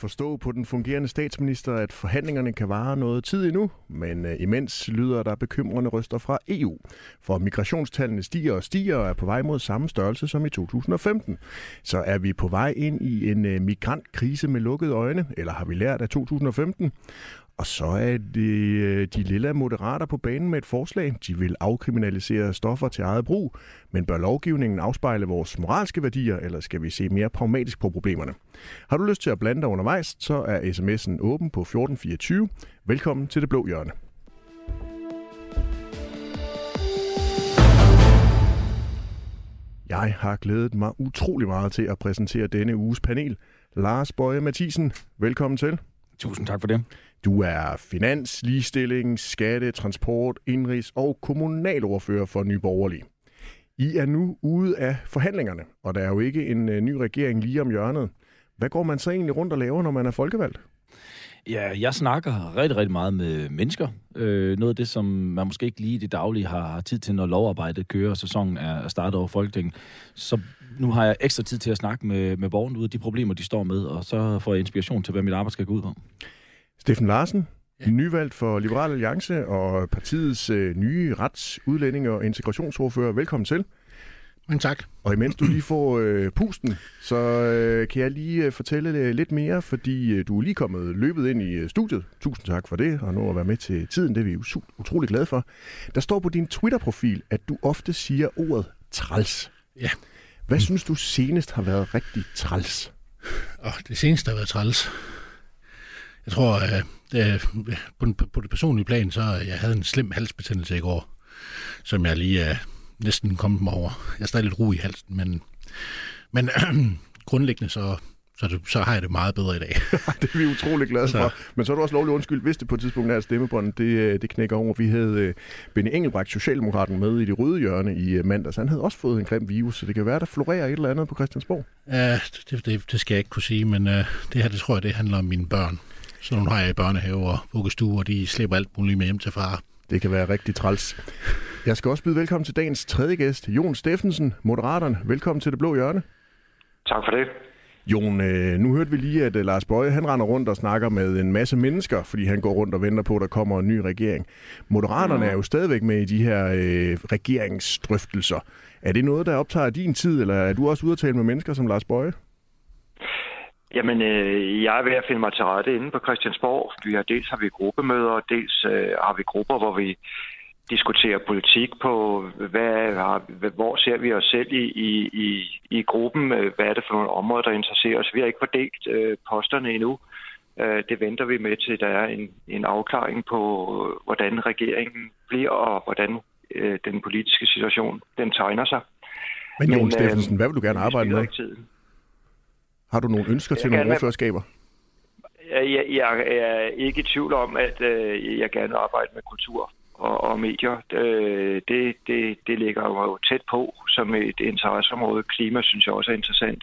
forstå på den fungerende statsminister, at forhandlingerne kan vare noget tid endnu, men imens lyder der bekymrende røster fra EU. For migrationstallene stiger og stiger og er på vej mod samme størrelse som i 2015. Så er vi på vej ind i en migrantkrise med lukkede øjne, eller har vi lært af 2015? Og så er det de lille moderater på banen med et forslag. De vil afkriminalisere stoffer til eget brug. Men bør lovgivningen afspejle vores moralske værdier, eller skal vi se mere pragmatisk på problemerne? Har du lyst til at blande dig undervejs, så er sms'en åben på 1424. Velkommen til Det Blå Hjørne. Jeg har glædet mig utrolig meget til at præsentere denne uges panel. Lars Boje Mathiesen, velkommen til. Tusind tak for det. Du er finans, ligestilling, skatte, transport, indrigs- og kommunalordfører for Nye Borgerlige. I er nu ude af forhandlingerne, og der er jo ikke en ny regering lige om hjørnet. Hvad går man så egentlig rundt og laver, når man er folkevalgt? Ja, jeg snakker rigtig, rigtig meget med mennesker. Noget af det, som man måske ikke lige i det daglige har tid til, når lovarbejdet kører, og sæsonen er startet over Folketinget. Så nu har jeg ekstra tid til at snakke med borgerne ud af de problemer, de står med, og så får jeg inspiration til, hvad mit arbejde skal gå ud på. Steffen Larsen, nyvalgt for Liberal Alliance og partiets nye rets-, udlændinge- og integrationsordfører. Velkommen til. Men tak. Og imens du lige får pusten, så kan jeg lige fortælle lidt mere, fordi du er lige kommet løbet ind i studiet. Tusind tak for det, og nu at være med til tiden, det er vi jo utrolig glade for. Der står på din Twitter-profil, at du ofte siger ordet træls. Ja. Hvad synes du senest har været rigtig træls? Det seneste har været træls. Jeg tror, på det personlige plan, så jeg havde en slem halsbetændelse i går, som jeg lige er næsten kommet mig over. Jeg er stadig lidt ro i halsen, men grundlæggende så har jeg det meget bedre i dag. Det er vi utrolig glade for. Men så er du også lovlig undskyld, hvis det på et tidspunkt er, at stemmebåndet det knækker over. Vi havde Benny Engelbrecht, Socialdemokraten, med i det røde hjørne i mandags. Han havde også fået en grim virus, så det kan være, der florerer et eller andet på Christiansborg. Ja, det skal jeg ikke kunne sige, men det her, det tror jeg, det handler om mine børn. Så nu har jeg i børnehave og vuggestue, og de slipper alt muligt med hjem til far. Det kan være rigtig træls. Jeg skal også byde velkommen til dagens tredje gæst, Jon Steffensen, Moderaterne. Velkommen til Det Blå Hjørne. Tak for det. Jon, nu hørte vi lige, at Lars Boje, han render rundt og snakker med en masse mennesker, fordi han går rundt og venter på, at der kommer en ny regering. Moderaterne er jo stadigvæk med i de her regeringsdrøftelser. Er det noget, der optager din tid, eller er du også ude at tale med mennesker som Lars Boje? Jamen, jeg er ved at finde mig til rette inde på Christiansborg. Dels har vi gruppemøder, dels har vi grupper, hvor vi diskuterer politik på, hvor ser vi os selv i gruppen, hvad er det for nogle områder, der interesserer os. Vi har ikke fordelt posterne endnu. Det venter vi med til, der er en afklaring på, hvordan regeringen bliver, og hvordan den politiske situation den tegner sig. Men Jon Steffensen, hvad vil du gerne arbejde med? Har du nogle ønsker til nogle ordførerskaber? Jeg er ikke i tvivl om, at jeg gerne vil arbejde med kultur og medier. Det ligger jo tæt på som et interesseområde. Klima synes jeg også er interessant.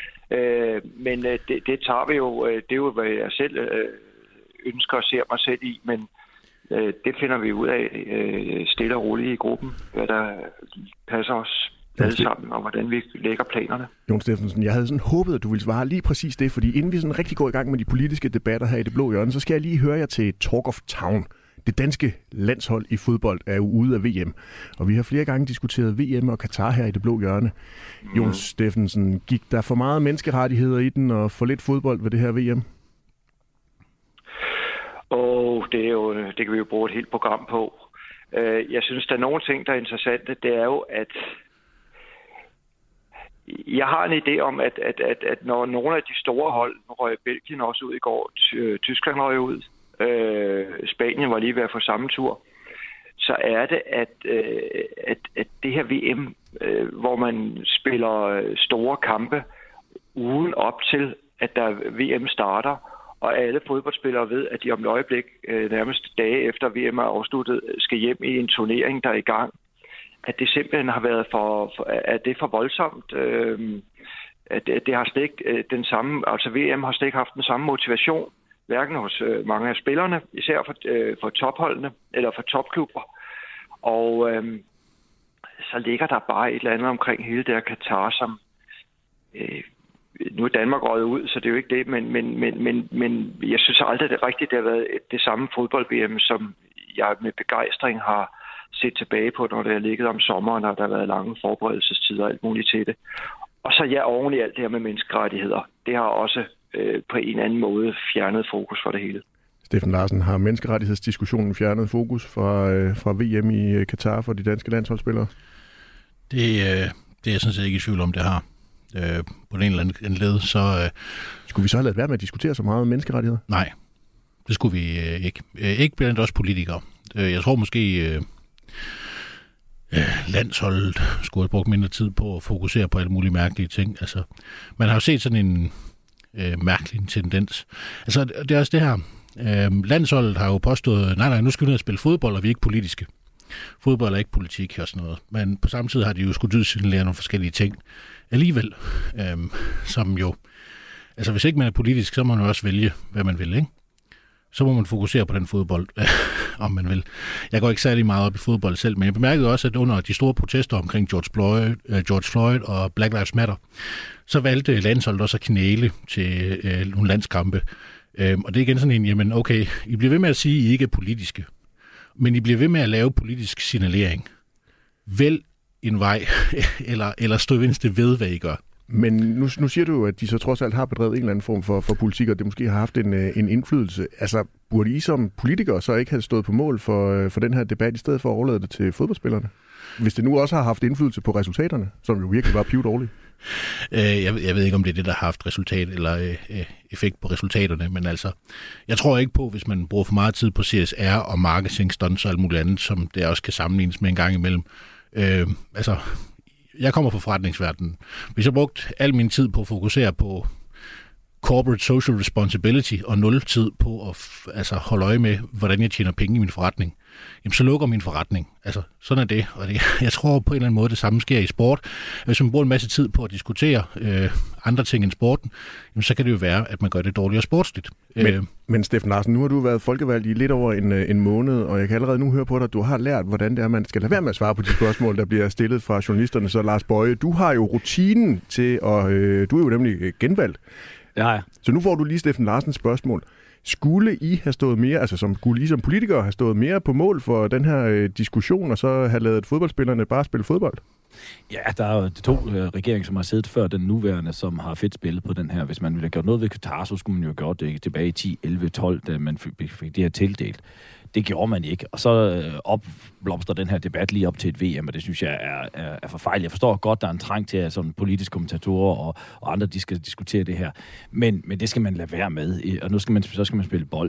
Men det tager vi jo. Det er jo, hvad jeg selv ønsker og ser mig selv i, men det finder vi ud af stille og roligt i gruppen, hvad der passer os alle sammen, og hvordan vi lægger planerne. Jon Steffensen, jeg havde sådan håbet, at du ville svare lige præcis det, fordi inden vi sådan rigtig går i gang med de politiske debatter her i Det Blå Hjørne, så skal jeg lige høre jer til Talk of Town. Det danske landshold i fodbold er jo ude af VM, og vi har flere gange diskuteret VM og Katar her i Det Blå Hjørne. Jon Steffensen, gik der for meget menneskerettigheder i den og for lidt fodbold ved det her VM? Det kan vi jo bruge et helt program på. Jeg synes, der er nogle ting, der er interessante. Det er jo, at jeg har en idé om, at når nogle af de store hold, nu røg Belgien også ud i går, Tyskland røg ud, Spanien var lige ved at få samme tur, så er det, at det her VM, hvor man spiller store kampe ugen op til, at der VM starter, og alle fodboldspillere ved, at de om et øjeblik, nærmest dage efter VM er afsluttet, skal hjem i en turnering, der er i gang. At det simpelthen har været for voldsomt. At det har slet ikke den samme, altså VM har slet ikke haft den samme motivation, hverken hos mange af spillerne, især for topholdene eller for topklubber. Og så ligger der bare et eller andet omkring hele det her Katar, som nu er Danmark røget ud, så det er jo ikke det, men jeg synes aldrig, det er rigtigt, det har været det samme fodbold-VM, som jeg med begejstring har set tilbage på, når det har ligget om sommeren, og der har været lange forberedelsestider og alt muligt til det. Og så oven i alt det her med menneskerettigheder. Det har også på en eller anden måde fjernet fokus for det hele. Steffen Larsen, har menneskerettighedsdiskussionen fjernet fokus fra VM i Katar for de danske landsholdsspillere? Det er jeg sådan set ikke i tvivl om, det har. På den eller anden led, så... Skulle vi så have ladet være med at diskutere så meget menneskerettigheder? Nej, det skulle vi ikke. Ikke blandt os politikere. Jeg tror måske... landsholdet skulle have brugt mindre tid på at fokusere på alle mulige mærkelige ting. Altså, man har jo set sådan en mærkelig tendens. Altså, det er også det her. Landsholdet har jo påstået, nej, nu skal vi ned og spille fodbold, og vi er ikke politiske. Fodbold er ikke politik og sådan noget. Men på samme tid har de jo skulle signalere nogle forskellige ting alligevel, som jo... Altså, hvis ikke man er politisk, så må man jo også vælge, hvad man vil, ikke? Så må man fokusere på den fodbold, om man vil. Jeg går ikke særlig meget op i fodbold selv, men jeg bemærkede også, at under de store protester omkring George Floyd og Black Lives Matter, så valgte landsholdet også at knæle til nogle landskampe. Og det er igen sådan en, jamen okay, I bliver ved med at sige, at I ikke er politiske, men I bliver ved med at lave politisk signalering. Vælg en vej, eller stå venstre ved, hvad I gør. Men nu siger du jo, at de så trods alt har bedrevet en eller anden form for politik, og det måske har haft en indflydelse. Altså, burde I som politikere så ikke have stået på mål for den her debat, i stedet for at overlade det til fodboldspillerne? Hvis det nu også har haft indflydelse på resultaterne, som jo virkelig var pivdårlige. Jeg ved ikke, om det er det, der har haft resultat eller effekt på resultaterne, men altså, jeg tror ikke på, hvis man bruger for meget tid på CSR og marketing stunts og alt muligt andet, som det også kan sammenlignes med en gang imellem. Jeg kommer fra forretningsverdenen. Hvis jeg brugt al min tid på at fokusere på corporate social responsibility og 0 tid på at holde øje med, hvordan jeg tjener penge i min forretning, jamen så lukker min forretning. Altså, sådan er det. Og jeg tror på en eller anden måde, det samme sker i sport. Hvis man bruger en masse tid på at diskutere andre ting end sporten, jamen så kan det jo være, at man gør det dårligere sportsligt. Men Steffen Larsen, nu har du været folkevalgt i lidt over en måned, og jeg kan allerede nu høre på dig, at du har lært, hvordan det er, man skal lade være med at svare på de spørgsmål, der bliver stillet fra journalisterne. Så Lars Boje, du har jo rutinen til, og du er jo nemlig genvalgt. Ja. Så nu får du lige Steffen Larsens spørgsmål. Skulle I have stået mere, altså skulle I som politikere have stået mere på mål for den her diskussion, og så have ladet fodboldspillerne bare spille fodbold? Ja, der er jo 2 regeringer, som har siddet før den nuværende, som har fedt spillet på den her. Hvis man ville have gjort noget ved Katar, så skulle man jo have gjort det tilbage i 10, 11, 12, da man fik det her tildelt. Det gjorde man ikke. Og så opblomster den her debat lige op til et VM, og det synes jeg er forfejligt. Jeg forstår godt, der er en trang til, at sådan politiske kommentatorer og andre, de skal diskutere det her. Men det skal man lade være med, og nu skal man spille bold.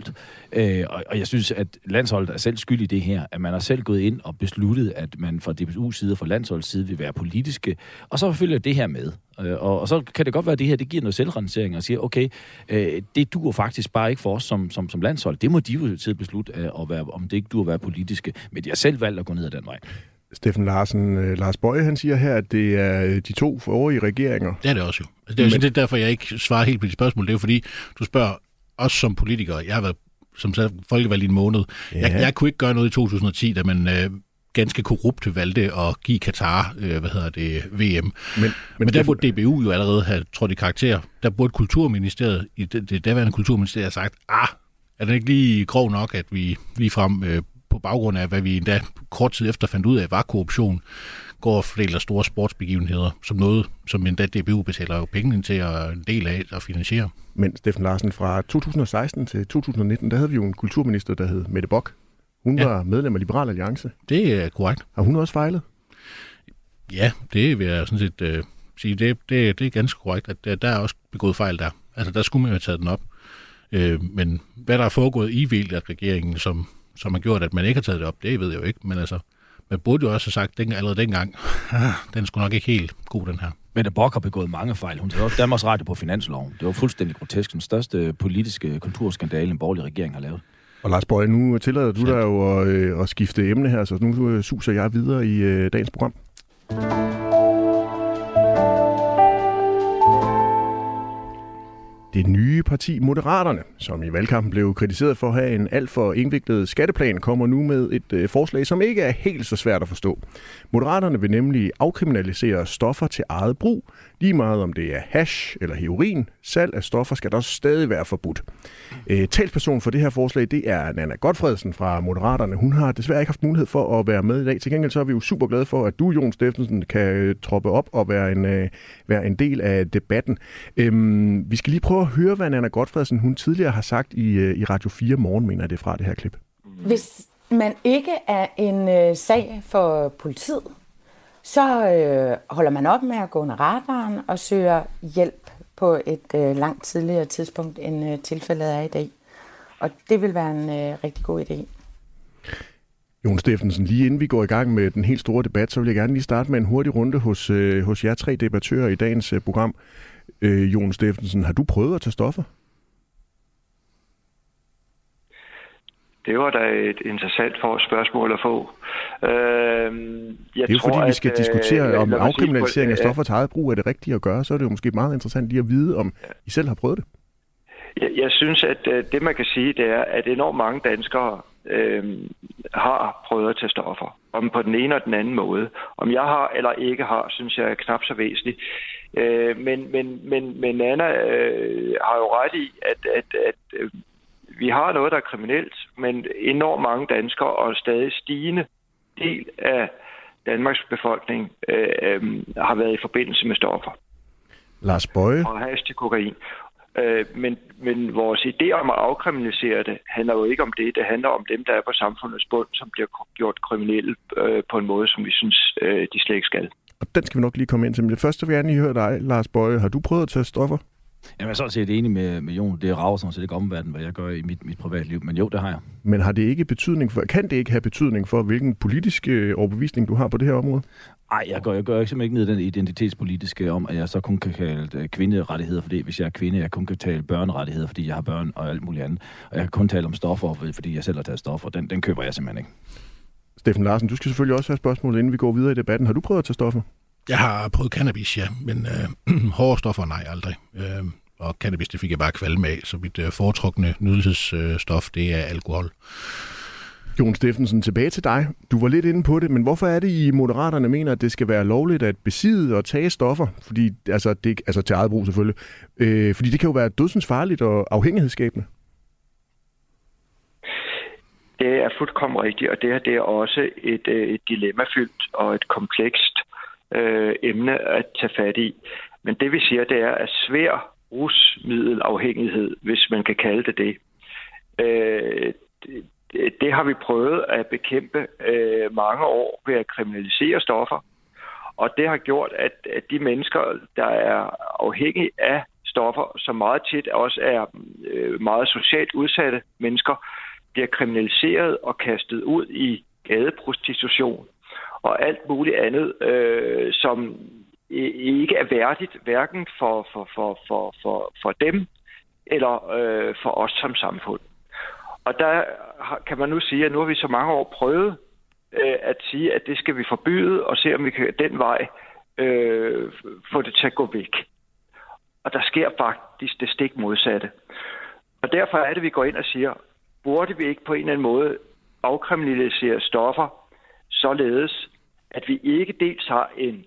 Og jeg synes, at landsholdet er selv skyld i det her, at man har selv gået ind og besluttet, at man fra DBU's side og fra landsholdets side vil være politiske, og så følger det her med. Og så kan det godt være, at det her det giver noget selvrensering og siger, okay, det duer faktisk bare ikke for os som landshold. Det må de jo til at beslutte, om det ikke duer at være politiske. Men de har selv valgt at gå ned ad den vej. Steffen Larsen, Lars Boje, han siger her, at det er de 2 forrige regeringer. Det er det også jo. Altså, det er derfor, jeg ikke svarer helt på de spørgsmål. Det er jo fordi, du spørger os som politikere. Jeg har været som sagt folkevalgt i en måned. Ja. Jeg kunne ikke gøre noget i 2010, da man ganske korrupt valgte at give Katar VM. Men der burde DBU jo allerede have trådt i karakter. Der burde Kulturministeriet, i det daværende Kulturministeriet, have sagt, er det ikke lige grov nok, at vi lige frem på baggrund af, hvad vi endda kort tid efter fandt ud af, var korruption, går og fordeler store sportsbegivenheder som noget, som endda DBU betaler jo penge til at en del af at finansiere. Men Steffen Larsen, fra 2016 til 2019, der havde vi jo en kulturminister, der hed Mette Bock. Hun var medlem af Liberal Alliance. Det er korrekt. Har hun også fejlet? Ja, det vil jeg sådan set sige. Det er ganske korrekt, at der er også begået fejl der. Altså, der skulle man jo have taget den op. Men hvad der er foregået i VLAD-regeringen, som har gjort, at man ikke har taget det op, det ved jeg jo ikke. Men altså, man burde jo også have sagt allerede dengang, den skulle nok ikke helt god, den her. Mette Bock har begået mange fejl. Hun tager også Danmarks Radio på finansloven. Det var fuldstændig grotesk. Den største politiske kulturskandale, en borgerlig regering har lavet. Og Lars Boje, nu tillader du dig jo at skifte emne her, så nu suser jeg videre i dagens program. Det nye parti Moderaterne, som i valgkampen blev kritiseret for at have en alt for indviklet skatteplan, kommer nu med et forslag, som ikke er helt så svært at forstå. Moderaterne vil nemlig afkriminalisere stoffer til eget brug. Lige meget om det er hash eller heroin, salg af stoffer skal der også stadig være forbudt. Talsperson for det her forslag, det er Nanna Gotfredsen fra Moderaterne. Hun har desværre ikke haft mulighed for at være med i dag. Til gengæld så er vi jo super glade for, at du, Jon Steffensen, kan troppe op og være en del af debatten. Vi skal lige prøve at høre, hvad Nanna Gotfredsen hun tidligere har sagt i Radio 4 Morgen, mener det fra det her klip. Hvis man ikke er en sag for politiet, så holder man op med at gå under radaren og søger hjælp på et langt tidligere tidspunkt, end tilfældet er i dag. Og det vil være en rigtig god idé. Jon Steffensen, lige inden vi går i gang med den helt store debat, så vil jeg gerne lige starte med en hurtig runde hos jer 3 debattører i dagens program. Jon Steffensen, har du prøvet at tage stoffer? Det var da et interessant spørgsmål at få. Det er jo fordi, vi skal diskutere, om afkriminalisering af stoffer til eget brug er det rigtige at gøre. Så er det jo måske meget interessant lige at vide, om I selv har prøvet det. Jeg synes, at det man kan sige, det er, at enormt mange danskere har prøvet at tage stoffer. Om på den ene og den anden måde. Om jeg har eller ikke har, synes jeg er knap så væsentligt. Men Anna har jo ret i, at vi har noget, der er kriminelt, men enormt mange danskere og stadig stigende del af Danmarks befolkning har været i forbindelse med stoffer. Lars Boje. Og hash til kokain. Men vores idé om at afkriminalisere det handler jo ikke om det. Det handler om dem, der er på samfundets bund, som bliver gjort kriminelle på en måde, som vi synes, de slet ikke skal. Og den skal vi nok lige komme ind til. Men det første vil jeg gerne lige høre dig, Lars Boje. Har du prøvet at tage stoffer? Jamen, jeg er sådan set enig med Jon. Det rager sådan set ikke omverden, hvad jeg gør i mit privatliv. Men jo, det har jeg. Men har det ikke betydning for, kan det ikke have betydning for, hvilken politisk overbevisning du har på det her område? Nej, jeg gør simpelthen ikke ned i den identitetspolitiske om, at jeg så kun kan kalde kvinderettigheder, fordi hvis jeg er kvinde, jeg kun kan tale børnerettigheder, fordi jeg har børn og alt muligt andet. Og jeg kan kun tale om stoffer, fordi jeg selv har taget stoffer. Den køber jeg simpelthen ikke. Steffen Larsen, du skal selvfølgelig også have spørgsmålet, inden vi går videre i debatten. Har du prøvet at tage stoffer? Jeg har prøvet cannabis, ja, men hårde stoffer, nej, aldrig. Og cannabis, det fik jeg bare kvalme af, så mit foretrukne nydelsesstof, det er alkohol. Jon Steffensen, tilbage til dig. Du var lidt inde på det, men hvorfor er det, I Moderaterne mener, at det skal være lovligt at besidde og tage stoffer? Fordi, altså til eget brug selvfølgelig. Fordi det kan jo være dødsensfarligt og afhængighedsskabende. Det er fuldkommen rigtigt, og det er også et dilemmafyldt og et komplekst emne at tage fat i. Men det vi siger, det er, at svær rusmiddelafhængighed, hvis man kan kalde det det, det har vi prøvet at bekæmpe mange år ved at kriminalisere stoffer. Og det har gjort, at de mennesker, der er afhængige af stoffer, som meget tit også er meget socialt udsatte mennesker, bliver kriminaliseret og kastet ud i gadeprostitution og alt muligt andet, som ikke er værdigt, hverken for dem eller for os som samfund. Og der kan man nu sige, at nu har vi så mange år prøvet at sige, at det skal vi forbyde, og se om vi kan den vej få det til at gå væk. Og der sker faktisk det stik modsatte. Og derfor er det, vi går ind og siger, burde vi ikke på en eller anden måde afkriminalisere stoffer, således at vi ikke dels har en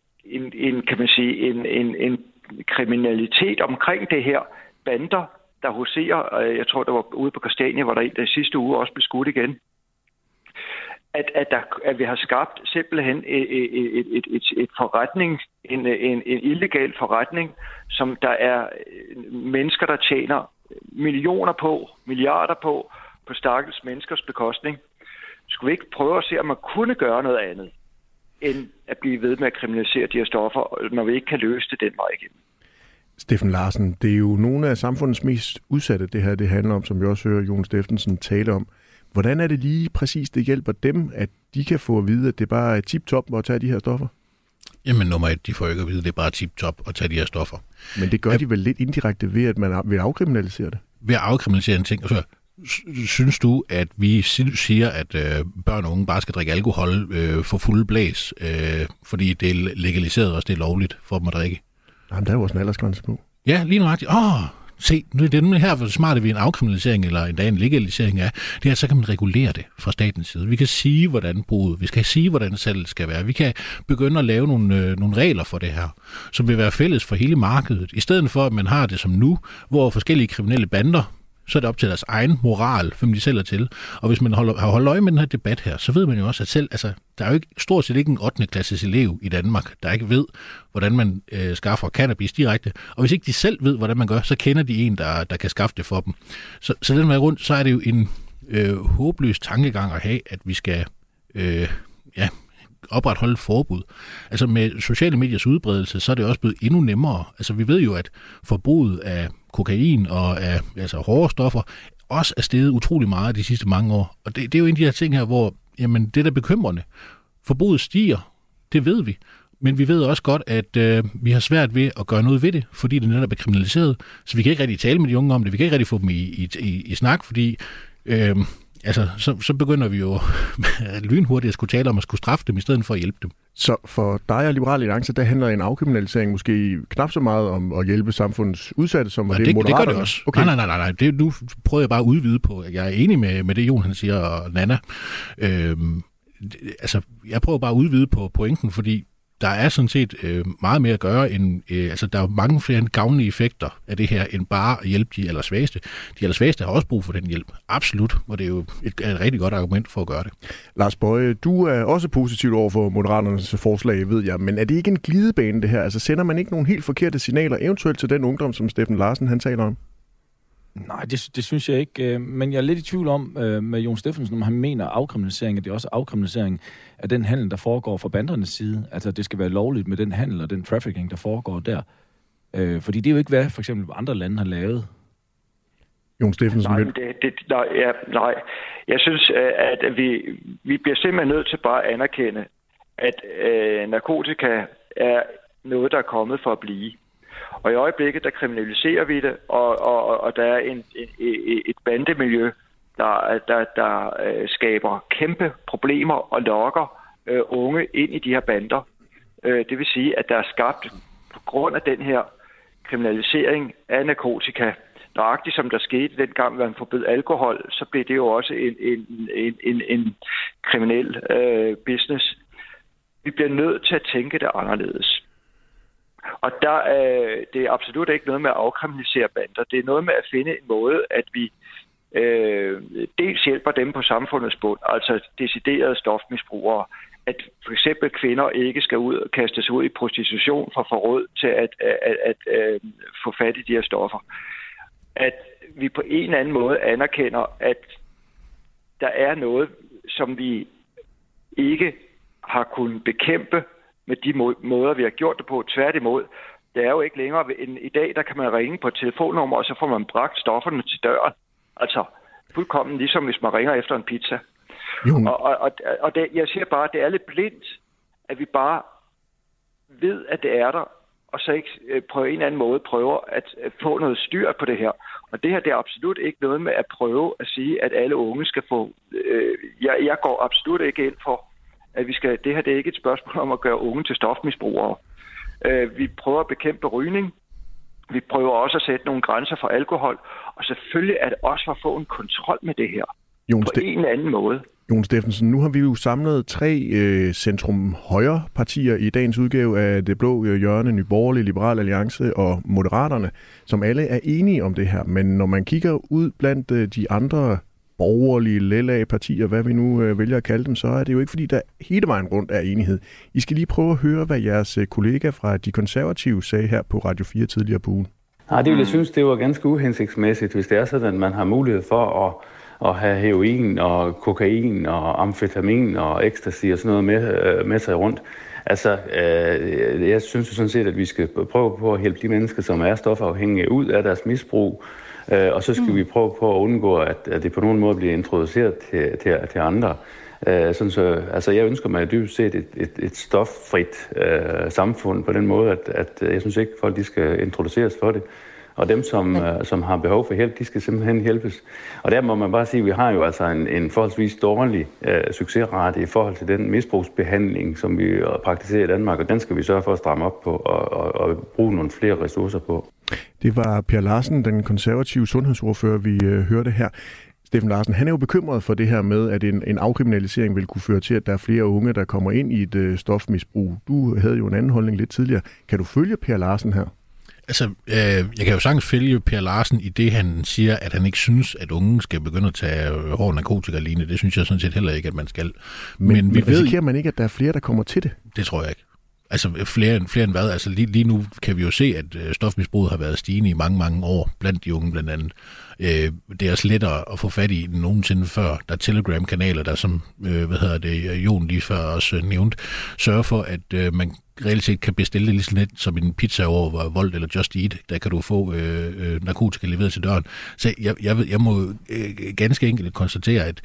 kriminalitet omkring det her, bander, der huserer. Jeg tror, der var ude på Christiania, hvor der en der sidste uge også blev skudt igen. At vi har skabt simpelthen et forretning, en illegal forretning, som der er mennesker, der tjener millioner på, milliarder på stakkels menneskers bekostning. Skulle vi ikke prøve at se, om man kunne gøre noget andet, end at blive ved med at kriminalisere de her stoffer, når vi ikke kan løse det den vej igennem? Steffen Larsen, det er jo nogle af samfundets mest udsatte, det her det handler om, som vi også hører Jon Steffensen tale om. Hvordan er det lige præcis, det hjælper dem, at de kan få at vide, at det bare er tip-top at tage de her stoffer? Jamen nummer 1, de får ikke at vide, at det er bare tip-top at tage de her stoffer. Men det gør de vel lidt indirekte ved, at man vil afkriminalisere det? Ved at afkriminalisere en ting. Altså, synes du, at vi siger, at børn og unge bare skal drikke alkohol for fuld blæs, fordi det er legaliseret også, det er lovligt for dem at drikke? Jamen, der er jo også en aldersgrænse på. Ja, lige nøjagtigt. se, nu er det nemlig her, hvor smarte ved en afkriminalisering eller endda en legalisering er, det er, så kan man regulere det fra statens side. Vi kan sige, hvordan bruget, vi skal sige, hvordan salget skal være. Vi kan begynde at lave nogle regler for det her, som vil være fælles for hele markedet, i stedet for, at man har det som nu, hvor forskellige kriminelle bander, så er det op til deres egen moral, hvem de sælger til. Og hvis man har holdt øje med den her debat her, så ved man jo også, at selv, altså, der er jo ikke, stort set ikke en 8. klasses elev i Danmark, der ikke ved, hvordan man skaffer cannabis direkte. Og hvis ikke de selv ved, hvordan man gør, så kender de en, der kan skaffe det for dem. Så den vej rundt, så er det jo en håbløs tankegang at have, at vi skal opretholde et forbud. Altså med sociale mediers udbredelse, så er det også blevet endnu nemmere. Altså vi ved jo, at forbruget af kokain og af hårde stoffer også er steget utrolig meget de sidste mange år. Og det er jo en af de her ting her, hvor jamen, det er da bekymrende. Forbruget stiger, det ved vi. Men vi ved også godt, at vi har svært ved at gøre noget ved det, fordi det netop er kriminaliseret. Så vi kan ikke rigtig tale med de unge om det. Vi kan ikke rigtig få dem i snak, fordi så begynder vi jo lynhurtigt at skulle tale om at skulle straffe dem, i stedet for at hjælpe dem. Så for dig og Liberal Alliance, der handler en afkriminalisering måske knap så meget om at hjælpe samfundets udsatte, som det Moderaterne? Det gør det også. Okay. Nej. Nu prøver jeg bare at udvide på, at jeg er enig med det, Jon han siger, og Nana. Jeg prøver bare at udvide på pointen, fordi der er sådan set meget mere at gøre end, der er mange flere gavnlige effekter af det her, end bare at hjælpe de allersvageste. De allersvageste har også brug for den hjælp. Absolut, og det er jo et rigtig godt argument for at gøre det. Lars Boje, du er også positivt over for Moderaternes forslag, ved jeg, men er det ikke en glidebane det her? Altså sender man ikke nogle helt forkerte signaler, eventuelt til den ungdom, som Steffen Larsen han taler om? Nej, det synes jeg ikke. Men jeg er lidt i tvivl om med Jon Steffensen, om han mener afkriminalisering, at det er også afkriminalisering af den handel, der foregår fra bandernes side. Altså, det skal være lovligt med den handel og den trafficking, der foregår der. Fordi det er jo ikke, hvad for eksempel andre lande har lavet. Jon Steffensen. Nej. Jeg synes, at vi bliver simpelthen nødt til bare at anerkende, at narkotika er noget, der er kommet for at blive. Og i øjeblikket, der kriminaliserer vi det, og der er et bandemiljø, der skaber kæmpe problemer og lokker unge ind i de her bander. Det vil sige, at der er skabt, på grund af den her kriminalisering af narkotika, nøjagtigt som der skete dengang, man forbød alkohol, så blev det jo også en kriminel business. Vi bliver nødt til at tænke det anderledes. Og det er absolut ikke noget med at afkriminalisere bander. Det er noget med at finde en måde, at vi dels hjælper dem på samfundets bund, altså deciderede stofmisbrugere, at for eksempel kvinder ikke skal kastes ud i prostitution for at få råd til at få fat i de her stoffer. At vi på en eller anden måde anerkender, at der er noget, som vi ikke har kunnet bekæmpe med de måder, vi har gjort det på. Tværtimod, det er jo ikke længere end i dag, der kan man ringe på et telefonnummer, og så får man bragt stofferne til døren. Altså, fuldkommen ligesom hvis man ringer efter en pizza. Og det, jeg siger bare, at det er lidt blindt, at vi bare ved, at det er der, og så ikke på en eller anden måde prøver at få noget styr på det her. Og det her, det er absolut ikke noget med at prøve at sige, at alle unge skal få... Jeg går absolut ikke ind for, at det her det er ikke et spørgsmål om at gøre unge til stofmisbrugere. Vi prøver at bekæmpe rygning. Vi prøver også at sætte nogle grænser for alkohol. Og selvfølgelig er det også for at få en kontrol med det her. På en eller anden måde. Jon Steffensen, nu har vi jo samlet 3 centrum-højre-partier i dagens udgave af Det Blå Hjørne, Nye Borgerlige, Liberal Alliance og Moderaterne, som alle er enige om det her. Men når man kigger ud blandt de andre borgerlige, LLA-partier, hvad vi nu vælger at kalde dem, så er det jo ikke, fordi der hele vejen rundt er enighed. I skal lige prøve at høre, hvad jeres kollega fra De Konservative sagde her på Radio 4 tidligere på ugen. Nej, det vil jeg synes, det var ganske uhensigtsmæssigt, hvis det er sådan, at man har mulighed for at have heroin og kokain og amfetamin og ecstasy og sådan noget med sig rundt. Altså, jeg synes jo sådan set, at vi skal prøve på at hjælpe de mennesker, som er stofafhængige, ud af deres misbrug. Og så skal vi prøve på at undgå, at det på nogen måde bliver introduceret til andre. Altså, jeg ønsker mig dybest set et stoffrit samfund på den måde, at jeg synes ikke, at folk de skal introduceres for det. Og dem, som har behov for hjælp, de skal simpelthen hjælpes. Og der må man bare sige, at vi har jo altså en forholdsvis dårlig succesrate i forhold til den misbrugsbehandling, som vi praktiserer i Danmark, og den skal vi sørge for at stramme op på og bruge nogle flere ressourcer på. Det var Per Larsen, den konservative sundhedsordfører, vi hørte her. Steffen Larsen, han er jo bekymret for det her med, at en afkriminalisering vil kunne føre til, at der er flere unge, der kommer ind i et stofmisbrug. Du havde jo en anden holdning lidt tidligere. Kan du følge Per Larsen her? Altså, jeg kan jo sagtens følge Per Larsen i det, han siger, at han ikke synes, at unge skal begynde at tage hård narkotika lignende. Det synes jeg sådan set heller ikke, at man skal. Men vi risikerer man ikke, at der er flere, der kommer til det? Det tror jeg ikke. Altså flere end hvad? Altså lige nu kan vi jo se, at stofmisbruget har været stigende i mange, mange år blandt de unge blandt andet. Det er også lettere at få fat i end nogensinde før. Der er Telegram-kanaler, der som, Jon lige før også nævnt, sørger for, at man reelt set kan bestille det lige så let som en pizza over Volt eller Just Eat. Der kan du få narkotika leveret til døren. Så jeg må ganske enkelt konstatere, at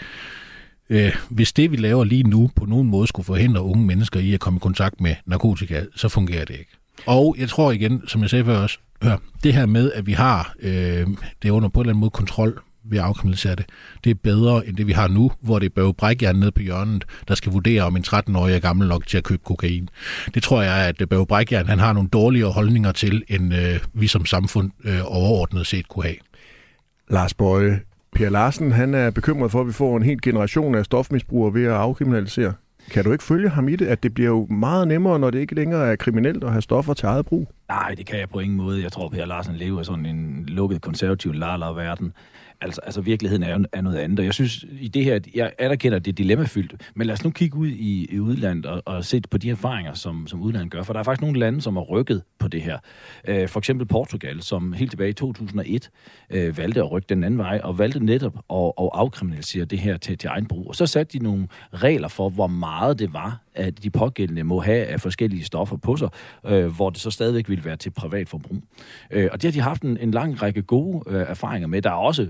hvis det, vi laver lige nu, på nogen måde skulle forhindre unge mennesker i at komme i kontakt med narkotika, så fungerer det ikke. Og jeg tror igen, som jeg sagde før også, det her med, at vi har det under på en eller anden måde kontrol ved at afkriminalisere det, det er bedre end det, vi har nu, hvor det er Børge Brækjern nede på hjørnet, der skal vurdere, om en 13-årig er gammel nok til at købe kokain. Det tror jeg, at Børge Brækjern, han har nogle dårligere holdninger til, end vi som samfund overordnet set kunne have. Lars Boje, Per Larsen, han er bekymret for, at vi får en hel generation af stofmisbrugere ved at afkriminalisere. Kan du ikke følge ham i det, at det bliver jo meget nemmere, når det ikke længere er kriminelt at have stoffer til eget brug? Nej, det kan jeg på ingen måde. Jeg tror, Per Larsen lever i sådan en lukket konservativ verden. Altså virkeligheden er noget andet, og jeg synes i det her, jeg anerkender, at det er dilemmafyldt, men lad os nu kigge ud i udlandet og se på de erfaringer, som udlandet gør, for der er faktisk nogle lande, som har rykket på det her. For eksempel Portugal, som helt tilbage i 2001 valgte at rykke den anden vej, og valgte netop at afkriminalisere det her til egen brug. Og så satte de nogle regler for, hvor meget det var, at de pågældende må have af forskellige stoffer på sig, hvor det så stadigvæk ville være til privat forbrug. Og det har de haft en lang række gode erfaringer med. Der er også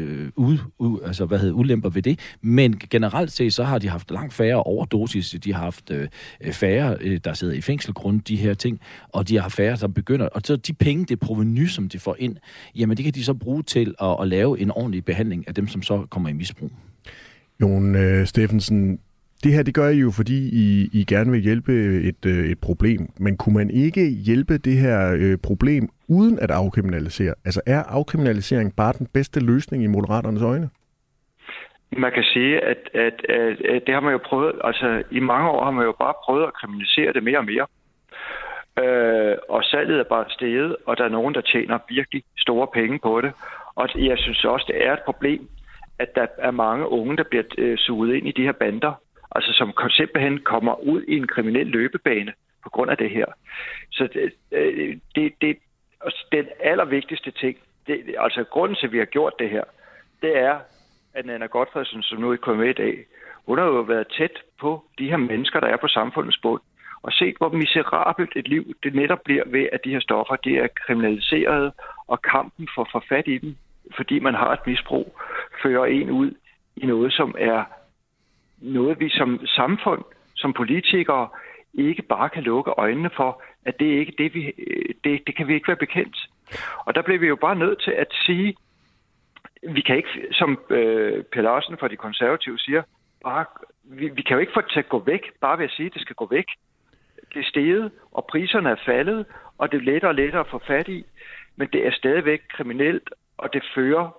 ulemper ved det, men generelt set, så har de haft langt færre overdosis, de har haft færre, der sidder i fængsel grundet de her ting, og de har færre, der begynder. Og så de penge, det provenu, som de får ind, jamen det kan de så bruge til at lave en ordentlig behandling af dem, som så kommer i misbrug. Jon Steffensen, det her, det gør I jo, fordi I gerne vil hjælpe et problem. Men kunne man ikke hjælpe det her problem uden at afkriminalisere? Altså er afkriminalisering bare den bedste løsning i Moderaternes øjne? Man kan sige, at det har man jo prøvet. Altså i mange år har man jo bare prøvet at kriminalisere det mere og mere. Og salget er bare steget, og der er nogen, der tjener virkelig store penge på det. Og jeg synes også, det er et problem, at der er mange unge, der bliver suget ind i de her bander. Altså som simpelthen kommer ud i en kriminel løbebane på grund af det her. Så det den allervigtigste ting, altså grunden til, at vi har gjort det her, det er, at Nanna Gotfredsen, som nu er kommet med i dag, hun har jo været tæt på de her mennesker, der er på samfundets bund, og set, hvor miserabelt et liv det netop bliver ved, at de her stoffer, de er kriminaliseret, og kampen for at få fat i dem, fordi man har et misbrug, fører en ud i noget, som er noget, vi som samfund, som politikere, ikke bare kan lukke øjnene for, at det ikke det kan vi ikke være bekendt. Og der bliver vi jo bare nødt til at sige, vi kan ikke, som Per Larsen fra de konservative siger, bare, vi kan jo ikke få det til at gå væk, bare ved at sige, at det skal gå væk. Det er steget, og priserne er faldet, og det er lettere og lettere at få fat i, men det er stadigvæk kriminelt, og det fører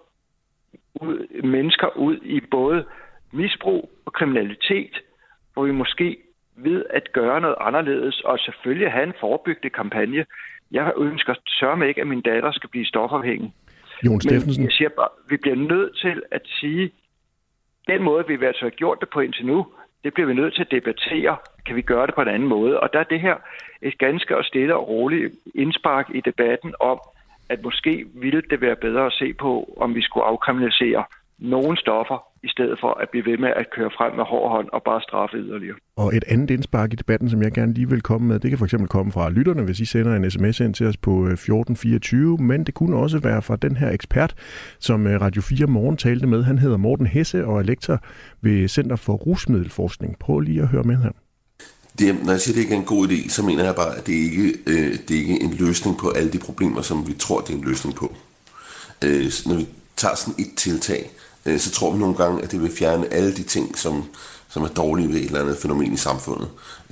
mennesker ud i både misbrug og kriminalitet, hvor vi måske ved at gøre noget anderledes, og selvfølgelig have en forebyggende kampagne. Jeg ønsker sørme ikke, at min datter skal blive stofafhængig. Jon Steffensen. Men jeg siger bare, vi bliver nødt til at sige, den måde, vi har gjort det på indtil nu, det bliver vi nødt til at debattere. Kan vi gøre det på en anden måde? Og der er det her et ganske og stille og roligt indspark i debatten om, at måske ville det være bedre at se på, om vi skulle afkriminalisere nogle stoffer, i stedet for at blive ved med at køre frem med hård hånd og bare straffe yderligere. Og et andet indspark i debatten, som jeg gerne lige vil komme med, det kan for eksempel komme fra lytterne, hvis I sender en sms ind til os på 1424, men det kunne også være fra den her ekspert, som Radio 4 Morgen talte med. Han hedder Morten Hesse og er lektor ved Center for Rusmiddelforskning. Prøv lige at høre med her. Når jeg siger, at det ikke er en god idé, så mener jeg bare, at det ikke er en løsning på alle de problemer, som vi tror, det er en løsning på. Når vi tager sådan et tiltag, så tror vi nogle gange, at det vil fjerne alle de ting, som er dårlige ved et eller andet fænomen i samfundet.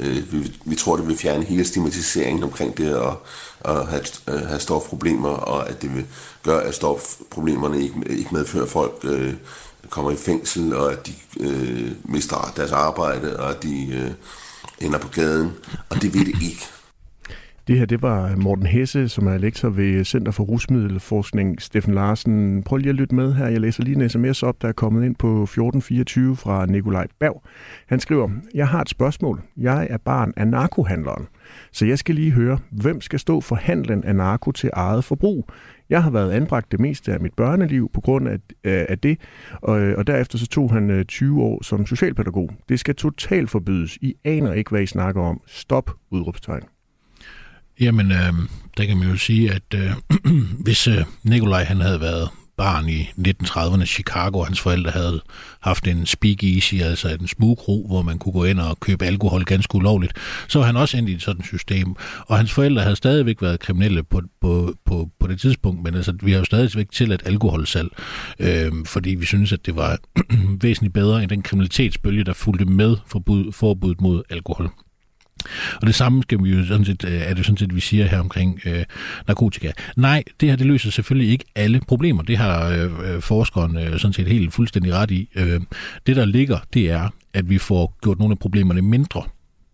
Vi tror, det vil fjerne hele stigmatiseringen omkring det at have stofproblemer, og at det vil gøre, at stofproblemerne ikke medfører folk kommer i fængsel, og at de mister deres arbejde, og at de ender på gaden, og det vil det ikke. Det her, det var Morten Hesse, som er lektor ved Center for Rusmiddelforskning. Steffen Larsen, prøv lige at lytte med her. Jeg læser lige en sms op, der er kommet ind på 1424 fra Nikolaj Berg. Han skriver, jeg har et spørgsmål. Jeg er barn af narkohandleren, så jeg skal lige høre, hvem skal stå for handlen af narko til eget forbrug? Jeg har været anbragt det meste af mit børneliv på grund af det, og derefter så tog han 20 år som socialpædagog. Det skal totalt forbydes. I aner ikke, hvad I snakker om. Stop, udråbstegn. Jamen, der kan man jo sige, at hvis Nikolaj han havde været barn i 1930'erne Chicago, og hans forældre havde haft en speakeasy, altså en smugkro, hvor man kunne gå ind og købe alkohol ganske ulovligt, så var han også endt i et sådan system. Og hans forældre havde stadigvæk været kriminelle på det tidspunkt, men altså, vi har jo stadigvæk tilladt alkoholsalg, fordi vi synes, at det var væsentligt bedre end den kriminalitetsbølge, der fulgte med forbuddet mod alkohol. Og det samme skal vi jo sådan set, er det sådan set, vi siger her omkring narkotika. Nej, det her det løser selvfølgelig ikke alle problemer. Det har forskeren sådan set helt fuldstændig ret i. Det der ligger, det er, at vi får gjort nogle af problemerne mindre.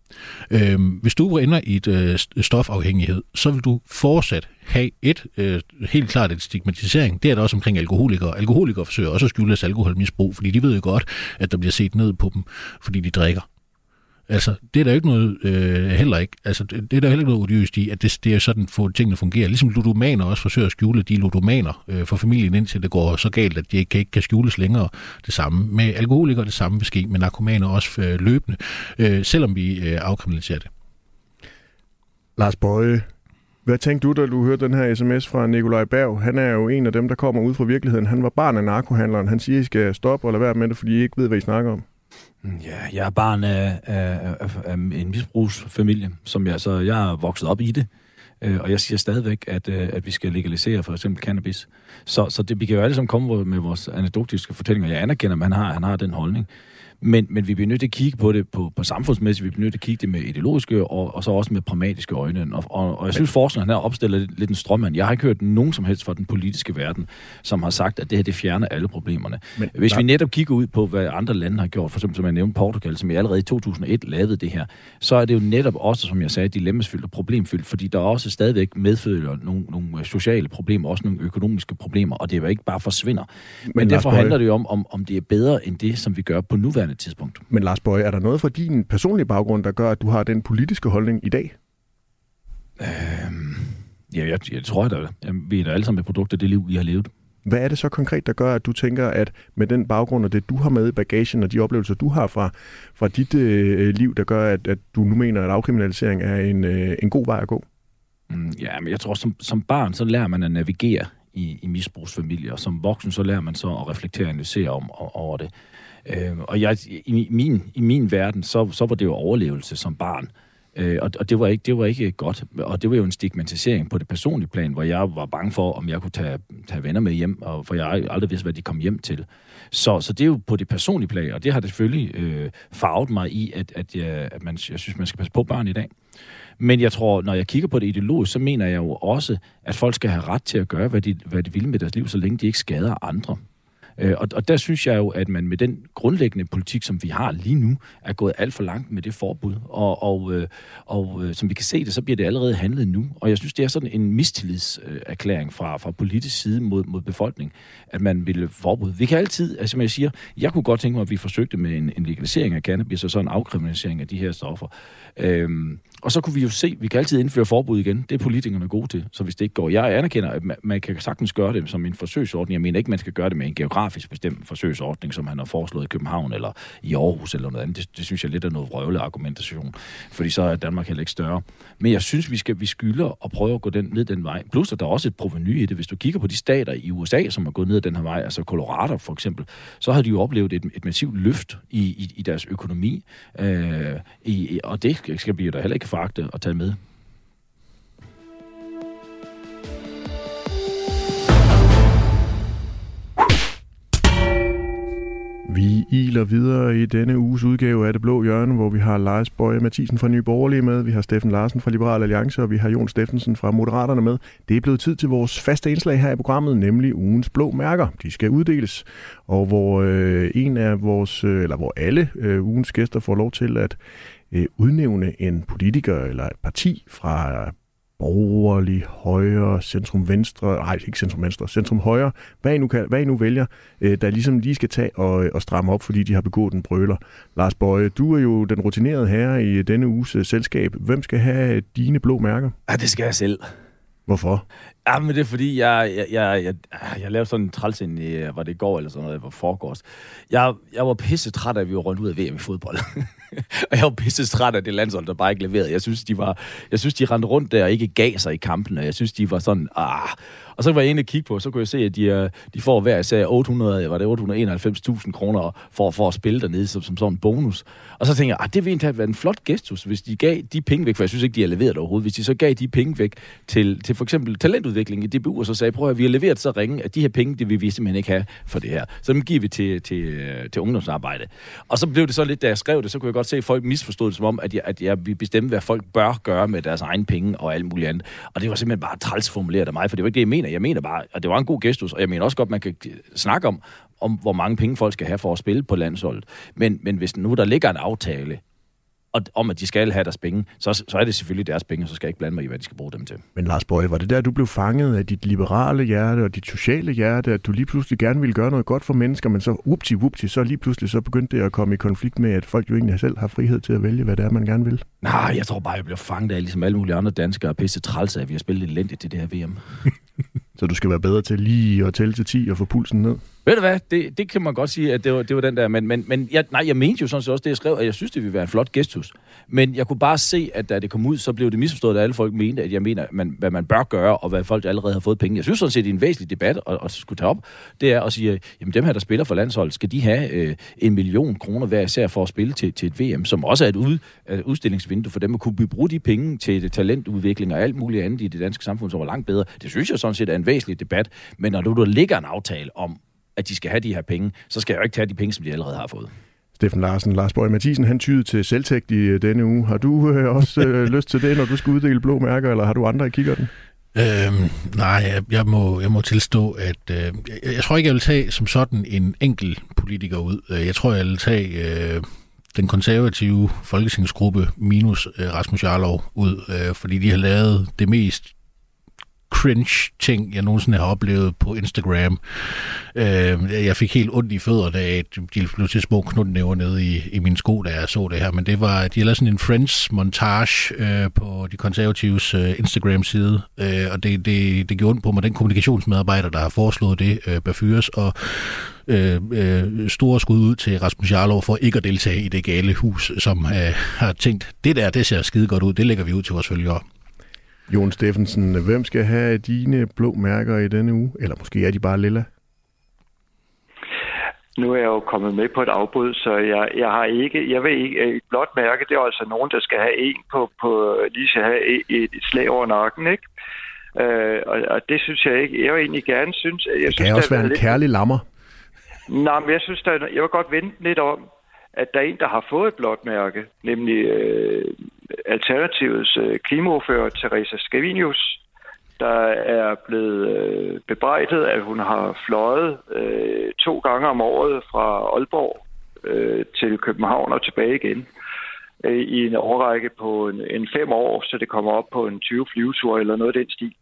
Hvis du ender i et stofafhængighed, så vil du fortsat have helt klart et stigmatisering. Det er der også omkring alkoholikere. Alkoholikere forsøger også at skjule deres alkoholmisbrug, fordi de ved jo godt, at der bliver set ned på dem, fordi de drikker. Altså, det er der jo ikke noget, heller ikke, altså, det er der heller ikke noget odiøst i, at det er sådan, for tingene fungerer. Ligesom ludomaner også forsøger at skjule de ludomaner for familien, indtil det går så galt, at de ikke kan skjules længere. Det samme med alkoholikere, det samme vil ske med narkomaner også løbende, selvom vi afkriminaliserer det. Lars Boje, hvad tænkte du, da du hørte den her sms fra Nikolaj Berg? Han er jo en af dem, der kommer ud fra virkeligheden. Han var barn af narkohandleren. Han siger, at I skal stoppe og lade være med det, fordi I ikke ved, hvad I snakker om. Ja, jeg er barn af en misbrugsfamilie, jeg er vokset op i det, og jeg siger stadigvæk, at vi skal legalisere for eksempel cannabis. Så det, vi kan jo alle sammen komme med vores anekdotiske fortællinger. Jeg anerkender, at han har den holdning. Men vi bliver nødt til at kigge på det på samfundsmæssigt, vi bliver nødt til at kigge det med ideologiske og så også med pragmatiske øjne. Og jeg synes, forskeren her opstiller lidt en strømmand. Jeg har ikke hørt nogen som helst fra den politiske verden, som har sagt, at det her det fjerner alle problemerne. Hvis vi netop kigger ud på, hvad andre lande har gjort, for eksempel som jeg nævnte Portugal, som allerede i 2001 lavede det her, så er det jo netop også, som jeg sagde, dilemmasfyldt og problemfyldt, fordi der også stadigvæk medfølger nogle sociale problemer, også nogle økonomiske problemer, og det er jo ikke bare forsvinder. Men derfor handler det jo om det er bedre end det, som vi gør på nuværende tidspunkt. Men Lars Boje, er der noget fra din personlige baggrund, der gør, at du har den politiske holdning i dag? Jeg tror, at vi er da alle sammen et produkt af det liv, vi har levet. Hvad er det så konkret, der gør, at du tænker, at med den baggrund og det, du har med i bagagen, og de oplevelser, du har fra dit liv, der gør, at du nu mener, at afkriminalisering er en god vej at gå? Ja, men jeg tror, som barn, så lærer man at navigere i misbrugsfamilier, og som voksen, så lærer man så at reflektere og analysere over det. Og i min verden, så var det jo overlevelse som barn. Og det var ikke godt. Og det var jo en stigmatisering på det personlige plan, hvor jeg var bange for, om jeg kunne tage venner med hjem, for jeg aldrig vidste, hvad de kom hjem til. Så det er jo på det personlige plan, og det har det selvfølgelig farvet mig i, at jeg synes, man skal passe på børn i dag. Men jeg tror, når jeg kigger på det ideologisk, så mener jeg jo også, at folk skal have ret til at gøre, hvad de vil med deres liv, så længe de ikke skader andre. Og der synes jeg jo, at man med den grundlæggende politik, som vi har lige nu, er gået alt for langt med det forbud. Og som vi kan se det, så bliver det allerede handlet nu. Og jeg synes, det er sådan en mistillidserklæring fra politisk side mod befolkningen, at man vil forbud. Vi kan altid, altså som jeg siger, jeg kunne godt tænke mig, at vi forsøgte med en legalisering af cannabis og så en afkriminalisering af de her stoffer. Og så kunne vi jo se, vi kan altid indføre forbud igen. Det er politikerne gode til, så hvis det ikke går. Jeg anerkender, at man kan sagtens gøre det som en forsøgsordning. Jeg mener ikke, man skal gøre det med en geografisk bestemt forsøgsordning, som han har foreslået i København eller i Aarhus eller noget andet. Det synes jeg lidt er noget vrøvlet argumentation, fordi så er Danmark heller ikke større. Men jeg synes, vi skylder at prøve at gå ned den vej. Plus, at der er også et provenu i det. Hvis du kigger på de stater i USA, som har gået ned den her vej, altså Colorado for eksempel, så har de jo oplevet et massivt løft i deres økonomi. Og det skal vi jo da heller ikke foragte at tage med. Vi iler videre i denne uges udgave af Det Blå Hjørne, hvor vi har Lars Boje Mathiesen fra Nye Borgerlige med, vi har Steffen Larsen fra Liberal Alliance, og vi har Jon Steffensen fra Moderaterne med. Det er blevet tid til vores faste indslag her i programmet, nemlig ugens blå mærker. De skal uddeles, og hvor hvor alle ugens gæster får lov til at udnævne en politiker eller et parti fra borgerlig, højre, centrum højre, hvad I nu vælger, der ligesom lige skal tage og stramme op, fordi de har begået en brøler. Lars Boje, du er jo den rutinerede herre i denne uges selskab. Hvem skal have dine blå mærker? Ja, det skal jeg selv. Hvorfor? Ja, men det er fordi, jeg lavede sådan en trælsen i, var det i går eller sådan noget, var forgårs. Jeg var pisse træt af, at vi var rundt ud af VM i fodbold. Og jeg var pisse træt af det landshold, der bare ikke leverede. Jeg synes, de rendte rundt der og ikke gav sig i kampen, og jeg synes, de var sådan, Og så var jeg inde og kigge på, så kunne jeg se, at de får hver især 891.000 kroner for at spille dernede som sådan en bonus. Og så tænker jeg, det ville egentlig have været en flot gestus, hvis de gav de penge væk, for jeg synes ikke, de har leveret overhovedet. Hvis de så gav de penge væk til for eksempel talentudvikling i DBU, og så sagde, prøv at vi har leveret så ringe, at de her penge, det vil vi simpelthen ikke have for det her. Så dem giver vi til ungdomsarbejde. Og så blev det så lidt, da jeg skrev det, så kunne jeg godt se, at folk misforstod det som om, at jeg ville bestemme, hvad folk bør gøre med deres egen penge og alt muligt andet. Og det var simpelthen bare træls formuleret af mig, for det var ikke det, jeg mener. Jeg mener bare, at det var en god gestus, og jeg mener også godt, man kan snakke om hvor mange penge folk skal have for at spille på landsholdet. Men hvis nu der ligger en aftale om, at de skal have deres penge, så er det selvfølgelig deres penge, og så skal jeg ikke blande mig i, hvad de skal bruge dem til. Men Lars Boje, var det der, du blev fanget af dit liberale hjerte og dit sociale hjerte, at du lige pludselig gerne ville gøre noget godt for mennesker, men så whoopty, så lige pludselig så begyndte det at komme i konflikt med, at folk jo egentlig selv har frihed til at vælge, hvad det er, man gerne vil? Nej, jeg tror bare, jeg blev fanget af, ligesom alle mulige andre danskere, og pisse træls af, at vi har spillet elendigt til det her VM. Så du skal være bedre til lige at tælle til 10 og få pulsen ned? Ved du hvad? Det kan man godt sige, at det var den der. Men jeg mente jo sådan set også det, jeg skrev, at jeg synes, det ville være en flot gestus. Men jeg kunne bare se, at da det kom ud, så blev det misforstået, at alle folk mente, at jeg mener, hvad man bør gøre, og hvad folk allerede har fået penge. Jeg synes sådan set, det er en væsentlig debat at skulle tage op. Det er at sige, jamen dem her, der spiller for landshold, skal de have 1 million kroner hver især for at spille til et VM, som også er et udstillingsvindue for dem at kunne bruge de penge til talentudvikling og alt muligt andet i det danske samfund, som var langt bedre. Det synes jeg sådan set er en væsentlig debat. Men når der ligger en aftale om, at de skal have de her penge, så skal jeg jo ikke tage de penge, som de allerede har fået. Steffen Larsen, Lars Boje Mathiesen, han tyede til selvtægt i denne uge. Har du også lyst til det, når du skal uddele blå mærker, eller har du andre i kikkerten? Nej, jeg må tilstå, at jeg tror ikke, jeg vil tage som sådan en enkelt politiker ud. Jeg tror, jeg vil tage den konservative folketingsgruppe minus Rasmus Jarlov ud, fordi de har lavet det mest cringe-ting, jeg nogensinde har oplevet på Instagram. Jeg fik helt ondt i fødder, da de blev til små knytnæver nede i mine sko, da jeg så det her. Men det var, de har lavet sådan en Friends-montage på de konservatives Instagram-side, og det gjorde ondt på mig. Den kommunikationsmedarbejder, der har foreslået det, bør fyres, og store skud ud til Rasmus Jarlov for ikke at deltage i det gale hus, som har tænkt, det ser skide godt ud, det lægger vi ud til vores følgere. Jon Steffensen, hvem skal have dine blå mærker i denne uge? Eller måske er de bare lilla? Nu er jeg jo kommet med på et afbud, så jeg vil ikke et blåt mærke. Det er altså nogen, der skal have en lige skal have et slag over nakken, ikke? Og det synes jeg ikke. Jeg vil egentlig gerne synes... Det kan også være en kærlig lammer. Nej, men jeg synes, jeg vil godt vente lidt om, at der er en, der har fået et blåt mærke, nemlig Alternativets klimaordfører, Theresa Scavenius, der er blevet bebrejdet, at hun har fløjet 2 gange om året fra Aalborg til København og tilbage igen i en årrække på en 5 år, så det kommer op på en 20 flyveture eller noget af den stil.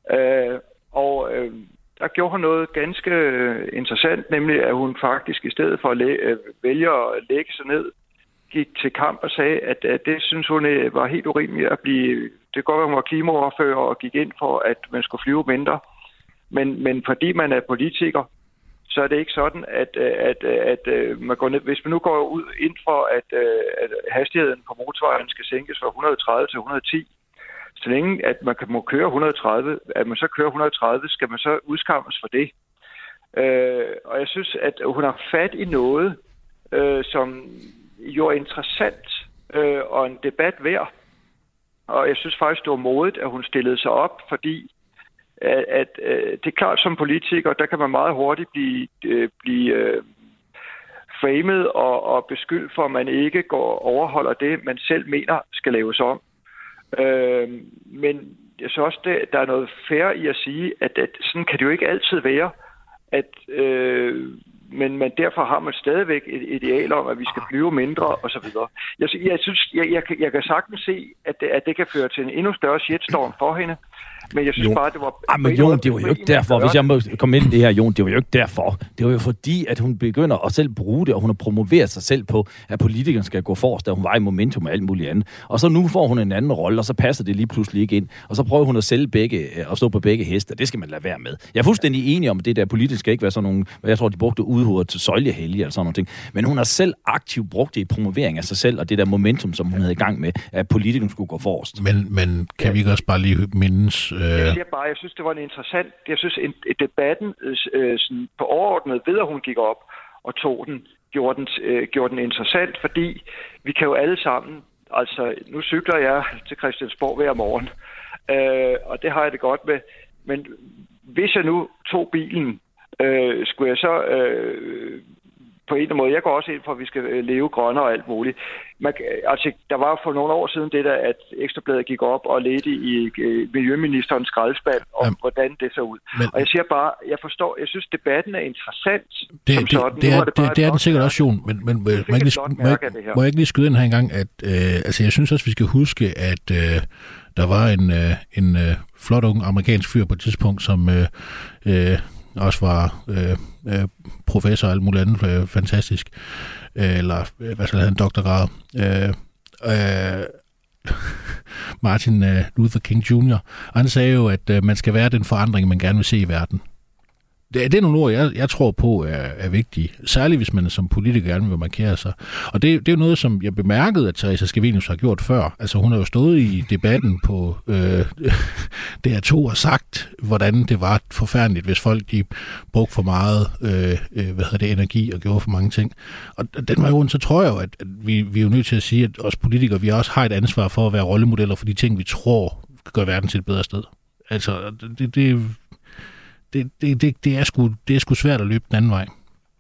Der gjorde hun noget ganske interessant, nemlig at hun faktisk i stedet for at vælge at lægge sig ned, gik til kamp og sagde, at det synes hun var helt urimeligt at blive... Det går, at hun var klimaordfører og gik ind for, at man skulle flyve mindre. Men fordi man er politiker, så er det ikke sådan, at man går ned... Hvis man nu går ud ind for, at hastigheden på motorvejen skal sænkes fra 130 til 110, så længe at man må køre 130, at man så kører 130, skal man så udskammes for det. Og jeg synes, at hun har fat i noget, som jo er interessant og en debat værd. Og jeg synes faktisk, det var modigt, at hun stillede sig op, fordi at det er klart, som politiker, der kan man meget hurtigt blive framet og beskyldt for, at man ikke overholder det, man selv mener skal laves om. Men jeg synes også, der er noget fair i at sige, at sådan kan det jo ikke altid være, men derfor har man stadigvæk et ideal om, at vi skal flyve mindre og så videre. Jeg synes, jeg kan sagtens se, at det kan føre til en endnu større shitstorm for hende. Men jeg synes bare, det var... men Jon, det var jo ikke derfor. Hvis jeg må komme ind i det her, Jon, det var jo ikke derfor. Det var jo fordi, at hun begynder at selv bruge det, og hun har promoveret sig selv på, at politikerne skal gå forrest, da hun var i Momentum og alt muligt andet. Og så nu får hun en anden rolle, og så passer det lige pludselig ikke ind. Og så prøver hun at sælge og stå på begge heste. Det skal man lade være med. Jeg er fuldstændig enig om, at det der politisk skal ikke være sådan nogle... Jeg tror, de brugte udhovedet til søjlehelge eller sådan nogle ting. Men hun har selv aktivt brugt det i promovering af sig selv, og det der momentum, som hun havde i gang med, at politikerne skulle gå forrest. Men kan vi ikke også bare lige mindes... Jeg synes, det var en interessant... Jeg synes, debatten sådan på overordnet ved, at hun gik op og tog den, gjorde den interessant, fordi vi kan jo alle sammen... Altså, nu cykler jeg til Christiansborg hver morgen, og det har jeg det godt med. Men hvis jeg nu tog bilen, skulle jeg så... på en eller anden måde. Jeg går også ind for, at vi skal leve grønnere og alt muligt. Der var for nogle år siden det der, at Ekstrabladet gik op og ledte i miljøministerens skraldespand om, hvordan det så ud. Og jeg siger bare, jeg synes, debatten er interessant. Det er den sikkert også, Jon. Men må jeg ikke lige skyde ind her engang, at jeg synes også, vi skal huske, at der var en flot ung amerikansk fyr på et tidspunkt, som... også var professor og alt muligt andet fantastisk, eller hvad skal han, en doktorgrad. Martin Luther King Jr. Og han sagde jo, at man skal være den forandring, man gerne vil se i verden. Det er nogle ord, jeg tror på er vigtige. Særligt, hvis man som politiker gerne vil markere sig. Og det er jo noget, som jeg bemærkede, at Theresa Scavenius har gjort før. Altså, hun har jo stået i debatten på DR2 og sagt, hvordan det var forfærdeligt, hvis folk de brugte for meget energi og gjorde for mange ting. Og den vej rundt, så tror jeg jo, at vi er jo nødt til at sige, at os politikere, vi også har et ansvar for at være rollemodeller for de ting, vi tror gør verden til et bedre sted. Altså, det er sgu svært at løbe den anden vej.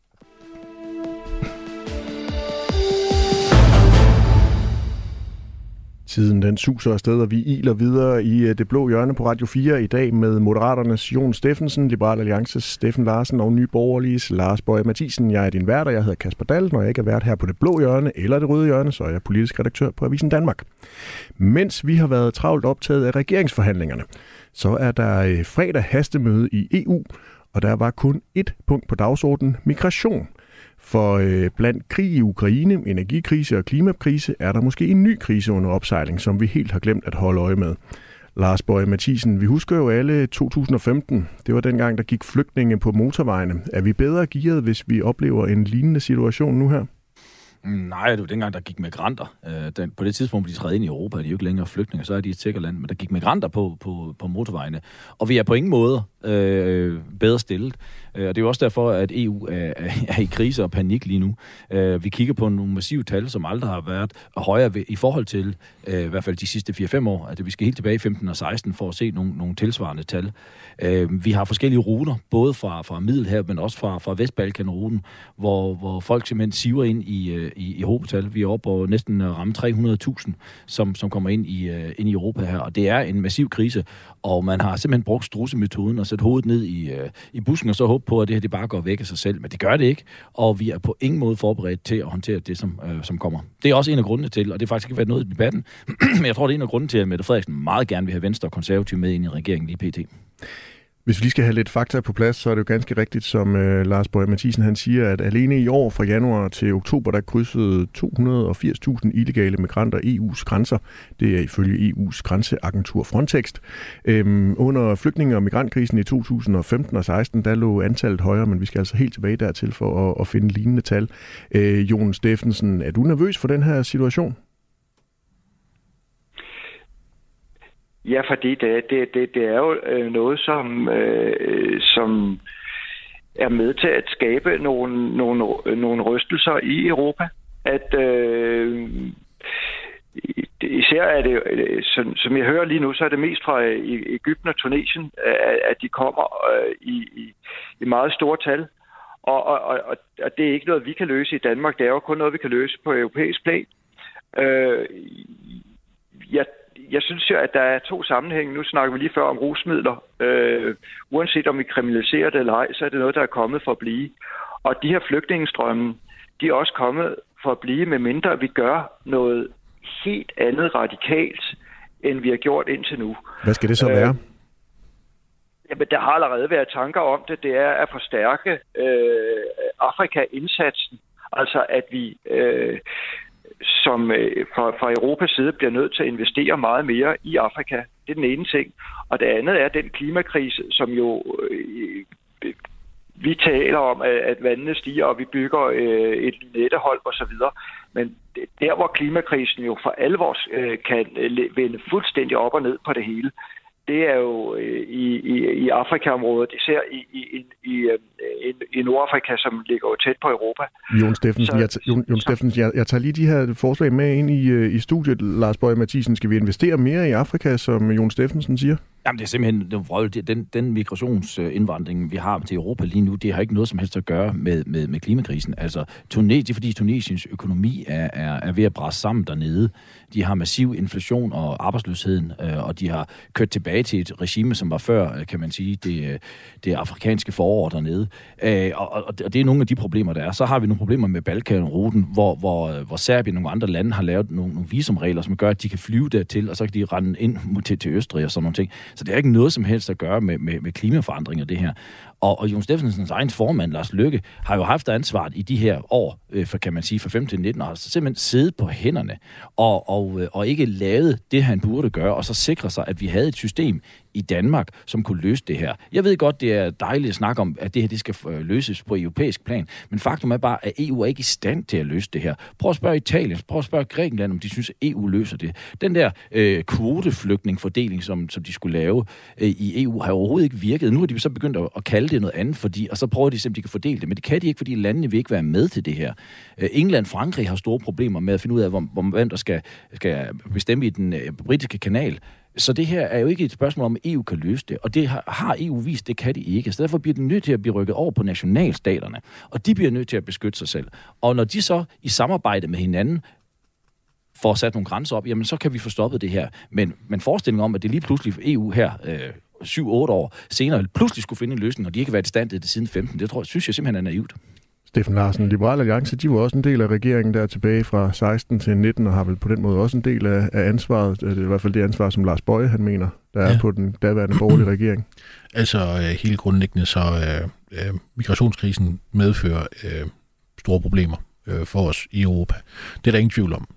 Tiden den suser afsted, og vi iler videre i det blå hjørne på Radio 4 i dag med Moderaternes Jon Steffensen, Liberal Alliances Steffen Larsen og Nye Borgerliges Lars Boje Mathiesen. Jeg er din vært, og jeg hedder Kasper Dahl. Når jeg ikke er vært her på det blå hjørne eller det røde hjørne, så er jeg politisk redaktør på Avisen Danmark. Mens vi har været travlt optaget af regeringsforhandlingerne, så er der fredag hastemøde i EU, og der var kun ét punkt på dagsordenen: migration. For blandt krig i Ukraine, energikrise og klimakrise er der måske en ny krise under opsejling, som vi helt har glemt at holde øje med. Lars Boje Mathiesen, vi husker jo alle 2015. Det var dengang, der gik flygtninge på motorvejene. Er vi bedre gearet, hvis vi oplever en lignende situation nu her? Nej, det var dengang, der gik migranter. På det tidspunkt, de træder ind i Europa, er de jo ikke længere flygtninge, så er de et sikkert land, men der gik migranter på motorvejene. Og vi er på ingen måde bedre stillet. Og det er jo også derfor, at EU er i krise og panik lige nu. Vi kigger på nogle massive tal, som aldrig har været højere i forhold til i hvert fald de sidste 4-5 år. Altså, vi skal helt tilbage i 15 og 16 for at se nogle tilsvarende tal. Vi har forskellige ruter, både fra Middelhavet, men også fra Vestbalkan-ruten, hvor folk simpelthen siver ind i hovedtal. Vi er oppe og næsten ramme 300.000, som kommer ind i Europa her. Og det er en massiv krise, og man har simpelthen brugt strudsemetoden og sat hovedet ned i busken og så håbe på, at det her det bare går væk af sig selv. Men det gør det ikke, og vi er på ingen måde forberedt til at håndtere det, som kommer. Det er også en af grundene til, og det har faktisk ikke været noget i debatten, men jeg tror, det er en af grundene til, at Mette Frederiksen meget gerne vil have Venstre og Konservative med ind i regeringen lige pt. Hvis vi lige skal have lidt fakta på plads, så er det jo ganske rigtigt, som Lars Boje Mathiesen han siger, at alene i år fra januar til oktober, der krydsede 280.000 illegale migranter EU's grænser. Det er ifølge EU's grænseagentur Frontex. Under flygtninge- og migrantkrisen i 2015 og 16, der lå antallet højere, men vi skal altså helt tilbage dertil for at finde lignende tal. Jon Steffensen, er du nervøs for den her situation? Ja, fordi det er jo noget, som er med til at skabe nogle rystelser i Europa. At især er det, som jeg hører lige nu, så er det mest fra Egypten og Tunesien, at de kommer i meget store tal. Og det er ikke noget, vi kan løse i Danmark. Det er jo kun noget, vi kan løse på europæisk plan. Jeg synes jo, at der er to sammenhænge. Nu snakker vi lige før om rusmidler. Uanset om vi kriminaliserer det eller ej, så er det noget, der er kommet for at blive. Og de her flygtningestrømme, de er også kommet for at blive, medmindre vi gør noget helt andet radikalt, end vi har gjort indtil nu. Hvad skal det så være? Jamen, der har allerede været tanker om det. Det er at forstærke Afrika-indsatsen. Altså, at vi som fra Europas side bliver nødt til at investere meget mere i Afrika. Det er den ene ting. Og det andet er den klimakrise, som jo vi taler om, at vandene stiger, og vi bygger et Lynetteholm og så videre. Men der, hvor klimakrisen jo for alvor kan vende fuldstændig op og ned på det hele, det er jo i Afrika-området, især i Nordafrika, som ligger jo tæt på Europa. Jon Steffensen, jeg tager lige de her forslag med ind i studiet. Lars Boje Mathiesen, skal vi investere mere i Afrika, som Jon Steffensen siger? Jamen, det er simpelthen den migrationsindvandring, vi har til Europa lige nu, det har ikke noget som helst at gøre med klimakrisen. Altså, det er fordi Tunesiens økonomi er ved at brase sammen dernede. De har massiv inflation og arbejdsløsheden, og de har kørt tilbage til et regime, som var før, kan man sige, det afrikanske forår dernede. Og det er nogle af de problemer, der er. Så har vi nogle problemer med Balkanruten, hvor Serbien og nogle andre lande har lavet nogle visumregler, som gør, at de kan flyve dertil, og så kan de rende ind til Østrig og sådan nogle ting. Så det er ikke noget som helst at gøre med klimaforandringer, det her. Og Jon Steffensens egen formand, Lars Løkke, har jo haft ansvaret i de her år, kan man sige, fra 15 til 19 år, altså simpelthen siddet på hænderne og ikke lavet det, han burde gøre, og så sikre sig, at vi havde et system i Danmark, som kunne løse det her. Jeg ved godt, det er dejligt at snakke om, at det her det skal løses på europæisk plan, men faktum er bare, at EU er ikke i stand til at løse det her. Prøv at spørge Italien, prøv at spørge Grækenland, om de synes, at EU løser det. Den der kvoteflygtningefordeling, som de skulle lave i EU, har overhovedet ikke virket. Nu har de så begyndt at kalde det noget andet, og så prøver de simpelthen, de kan fordele det, men det kan de ikke, fordi landene vil ikke være med til det her. England og Frankrig har store problemer med at finde ud af, hvem der skal bestemme i den britiske kanal. Så det her er jo ikke et spørgsmål om, at EU kan løse det, og det har EU vist, det kan de ikke. Så derfor bliver de nødt til at blive rykket over på nationalstaterne, og de bliver nødt til at beskytte sig selv. Og når de så i samarbejde med hinanden får sat nogle grænser op, jamen så kan vi få stoppet det her. Men forestillingen om, at det lige pludselig EU her 7-8 år senere pludselig skulle finde en løsning, og de ikke har været i stand til det siden 15, synes jeg simpelthen er naivt. Steffen Larsen, Liberal Alliance, de var også en del af regeringen der tilbage fra 16 til 19, og har vel på den måde også en del af ansvaret, det er i hvert fald det ansvar, som Lars Boje, han mener, der er på den daværende borgerlige regering. Altså helt grundlæggende, så migrationskrisen medfører store problemer for os i Europa. Det er der ingen tvivl om.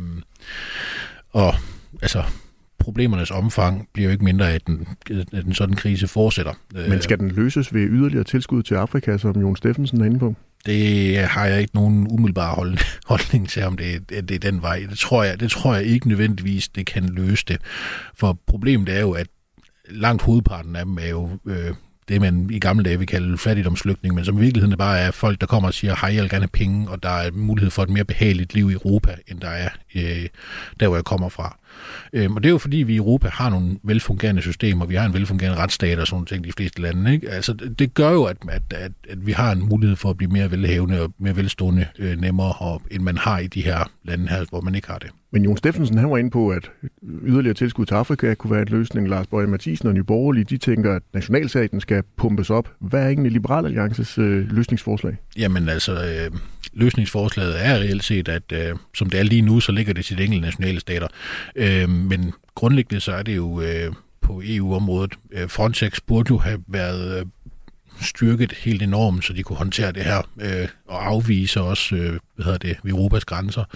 Og altså problemernes omfang bliver jo ikke mindre, at en sådan krise fortsætter. Men skal den løses ved yderligere tilskud til Afrika, som Jon Steffensen er inde på? Det har jeg ikke nogen umiddelbar holdning til, om det er den vej. Det tror jeg ikke nødvendigvis, det kan løse det. For problemet er jo, at langt hovedparten af dem er jo det, man i gamle dage vil kalde fattigdomsflygtning, men som i virkeligheden bare er folk, der kommer og siger, hej, jeg vil gerne have penge, og der er mulighed for et mere behageligt liv i Europa, end der er der, hvor jeg kommer fra. Og det er jo fordi, vi i Europa har nogle velfungerende systemer, vi har en velfungerende retsstat og sådan ting, de fleste lande. Ikke? Altså, det gør jo, at vi har en mulighed for at blive mere velhavende og mere velstående nemmere, end man har i de her lande her, hvor man ikke har det. Men Jon Steffensen, han var inde på, at yderligere tilskud til Afrika kunne være en løsning. Lars Boje Mathiesen og Nye Borgerlige, de tænker, at nationalstaten skal pumpes op. Hvad er egentlig Liberal Alliances løsningsforslag? Jamen altså, løsningsforslaget er reelt set, at som det er lige nu, så ligger det til de enkelte nationale stater. Men grundlæggende så er det jo på EU-området. Frontex burde jo have været styrket helt enormt, så de kunne håndtere det her og afvise også Europas grænser.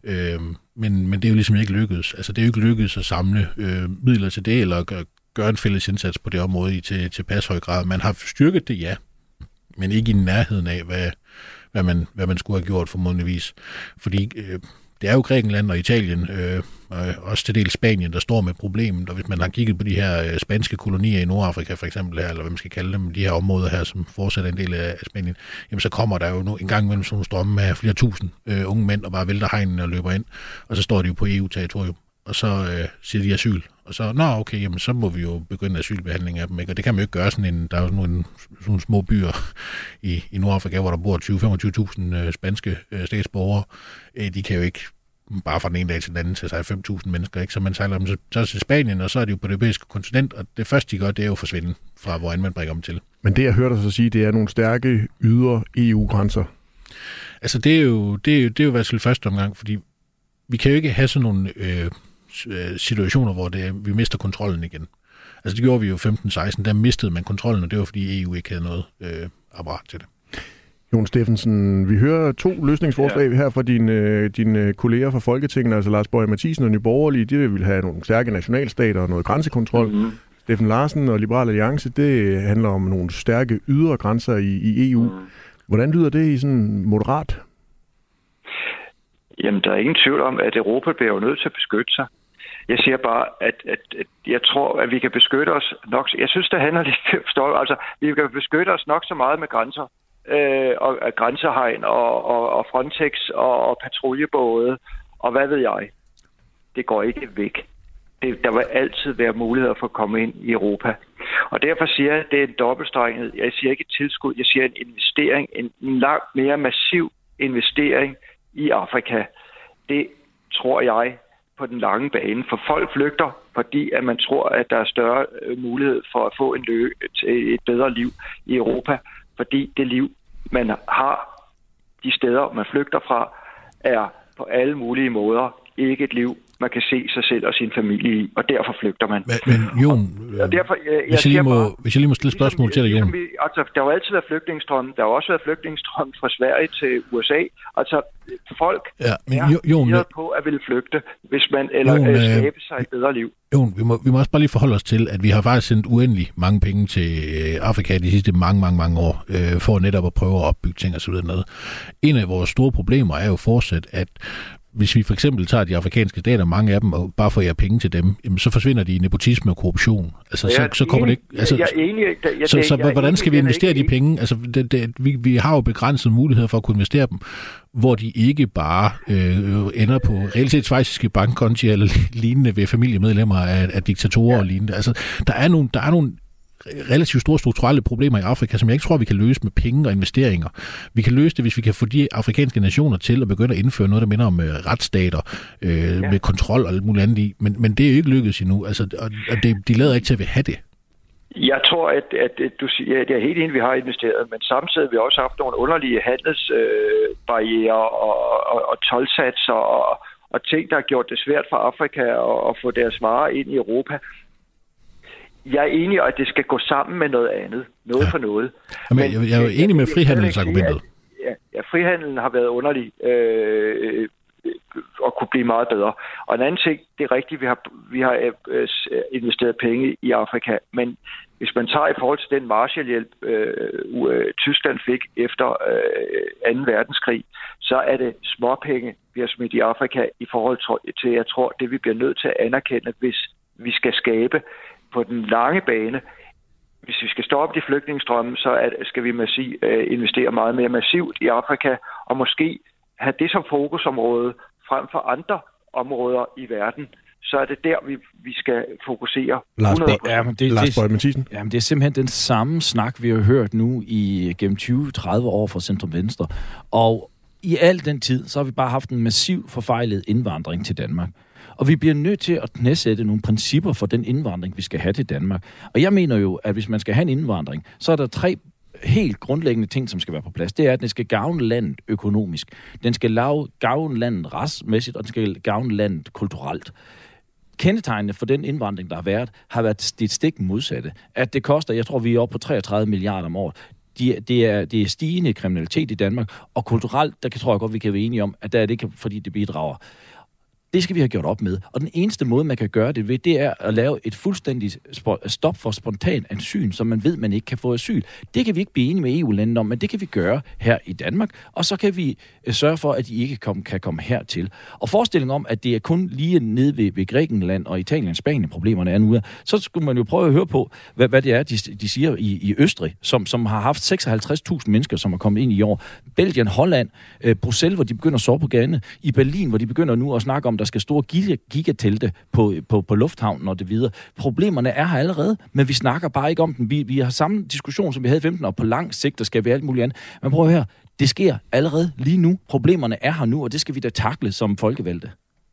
Men det er jo ligesom ikke lykkedes. Altså det er jo ikke lykkedes at samle midler til det, eller gøre en fælles indsats på det område i tilpas høj grad. Man har styrket det, ja, men ikke i nærheden af, hvad man skulle have gjort formodentligvis. Fordi det er jo Grækenland og Italien, også til del Spanien, der står med problemet, og hvis man har kigget på de her spanske kolonier i Nordafrika for eksempel her, eller hvad man skal kalde dem, de her områder her, som fortsætter en del af Spanien, jamen så kommer der jo en gang imellem sådan nogle strømme af flere tusind unge mænd, og bare vælter hegnen og løber ind, og så står de jo på EU-territorium, og så siger de asyl, Og så, okay, jamen, så må vi jo begynde asylbehandling af dem, ikke? Og det kan man jo ikke gøre der er jo sådan nogle små byer i Nordafrika, hvor der bor 20-25.000 spanske statsborgere. De kan jo ikke bare fra den ene dag til den anden til sig 5.000 mennesker, ikke? Så man sejler dem så til Spanien, og så er det jo på det europæiske kontinent, og det første, de gør, det er jo at forsvinde fra, hvor man bringer dem til. Men det, jeg hørte dig så sige, det er nogle stærke ydre EU-grænser. Altså, det er jo i hvert fald første omgang, fordi vi kan jo ikke have sådan nogle situationer, hvor vi mister kontrollen igen. Altså, det gjorde vi jo 15-16, der mistede man kontrollen, og det var, fordi EU ikke havde noget apparat til det. Jon Steffensen, vi hører 2 løsningsforslag her fra dine kolleger fra Folketinget, altså Lars Boje Mathiesen og Nye Borgerlige. De vil have nogle stærke nationalstater og noget grænsekontrol. Mm-hmm. Steffen Larsen og Liberal Alliance, det handler om nogle stærke ydre grænser i EU. Hvordan lyder det i sådan moderat? Jamen, der er ingen tvivl om, at Europa bliver jo nødt til at beskytte sig. Jeg siger bare, at jeg tror, at vi kan beskytte os nok. Jeg synes, det handler lidt altså, vi kan beskytte os nok så meget med grænser. Og grænsehegn og Frontex og patruljebåde og hvad ved jeg. Det går ikke væk. Der vil altid være muligheder for at komme ind i Europa. Og derfor siger jeg, at det er en dobbeltstrenget. Jeg siger ikke et tilskud, jeg siger en investering, en langt mere massiv investering i Afrika. Det tror jeg på den lange bane. For folk flygter, fordi at man tror, at der er større mulighed for at få et bedre liv i Europa. Fordi det liv, man har de steder, man flygter fra, er på alle mulige måder ikke et liv, man kan se sig selv og sin familie i, og derfor flygter man. Men Jon, hvis jeg lige må stille spørgsmål til dig, Jon. Altså, der har jo altid været flygtningestrømme. Der har også været flygtningestrømme fra Sverige til USA. Altså, folk er på at ville flygte, hvis man skabe sig et bedre liv. Jon, vi må også bare lige forholde os til, at vi har faktisk sendt uendelig mange penge til Afrika de sidste mange år, for netop at prøve at opbygge ting og så videre noget. En af vores store problemer er jo fortsat, at hvis vi for eksempel tager de afrikanske stater, mange af dem, og bare får penge til dem, jamen, så forsvinder de i nepotisme og korruption. Altså, så kommer det ikke. Altså, jeg er enig. Så hvordan skal vi investere de penge? Altså, vi har jo begrænsede muligheder for at kunne investere dem, hvor de ikke bare ender på reelt schweiziske bankkonti eller lignende ved familiemedlemmer af diktatorer og lignende. Altså, der er nogle relativt store strukturelle problemer i Afrika, som jeg ikke tror, vi kan løse med penge og investeringer. Vi kan løse det, hvis vi kan få de afrikanske nationer til at begynde at indføre noget, der minder om retsstater, med kontrol og alt muligt andet i. Men det er jo ikke lykkedes endnu. Altså, og de lader ikke til at have det. Jeg tror, at du siger, at det er helt enig, vi har investeret, men samtidig har vi også haft nogle underlige handelsbarrierer og toldsatser og ting, der har gjort det svært for Afrika at få deres varer ind i Europa. Jeg er enig, at det skal gå sammen med noget andet. Noget for noget. Men jeg er jo enig med frihandelsargumentet. Ja, frihandelen har været underlig og kunne blive meget bedre. Og en anden ting, det er rigtigt, vi har investeret penge i Afrika, men hvis man tager i forhold til den Marshallhjælp, Tyskland fik efter 2. verdenskrig, så er det småpenge, vi har smidt i Afrika i forhold til, jeg tror, det vi bliver nødt til at anerkende, hvis vi skal skabe på den lange bane. Hvis vi skal stoppe de flygtningestrømme, så skal vi investere meget mere massivt i Afrika, og måske have det som fokusområde frem for andre områder i verden. Så er det der, vi skal fokusere. Lars Boje Mathiesen. Jamen, det er simpelthen den samme snak, vi har hørt nu gennem 20-30 år fra Centrum Venstre. Og i al den tid, så har vi bare haft en massiv forfejlet indvandring til Danmark. Og vi bliver nødt til at knæsætte nogle principper for den indvandring, vi skal have til Danmark. Og jeg mener jo, at hvis man skal have en indvandring, så er der 3 helt grundlæggende ting, som skal være på plads. Det er, at den skal gavne landet økonomisk. Den skal gavne landet retsmæssigt, og den skal gavne landet kulturelt. Kendetegnene for den indvandring, der har været det stik modsatte. At det koster, jeg tror, vi er oppe på 33 milliarder om året. Det er stigende kriminalitet i Danmark, og kulturelt, der tror jeg godt, vi kan være enige om, at der er det ikke, fordi det bidrager. Det skal vi have gjort op med. Og den eneste måde, man kan gøre det ved, det er at lave et fuldstændigt stop for spontan asyl, så man ved, man ikke kan få asyl. Det kan vi ikke blive enige med EU-landene om, men det kan vi gøre her i Danmark, og så kan vi sørge for, at de ikke kan komme hertil. Og forestillingen om, at det er kun lige nede ved Grækenland og Italien og Spanien, problemerne er nu, så skulle man jo prøve at høre på, hvad det er, de siger i Østrig, som har haft 56.000 mennesker, som er kommet ind i år. Belgien, Holland, Bruxelles, hvor de begynder at sove på gaderne. I Berlin, hvor de begynder nu at snakke om, der skal store gigatelte på lufthavnen og det videre. Problemerne er her allerede, men vi snakker bare ikke om dem. Vi har samme diskussion, som vi havde i 15, og på lang sigt, der skal vi alt muligt andet. Men prøv at høre, det sker allerede lige nu. Problemerne er her nu, og det skal vi da takle som folkevalgte.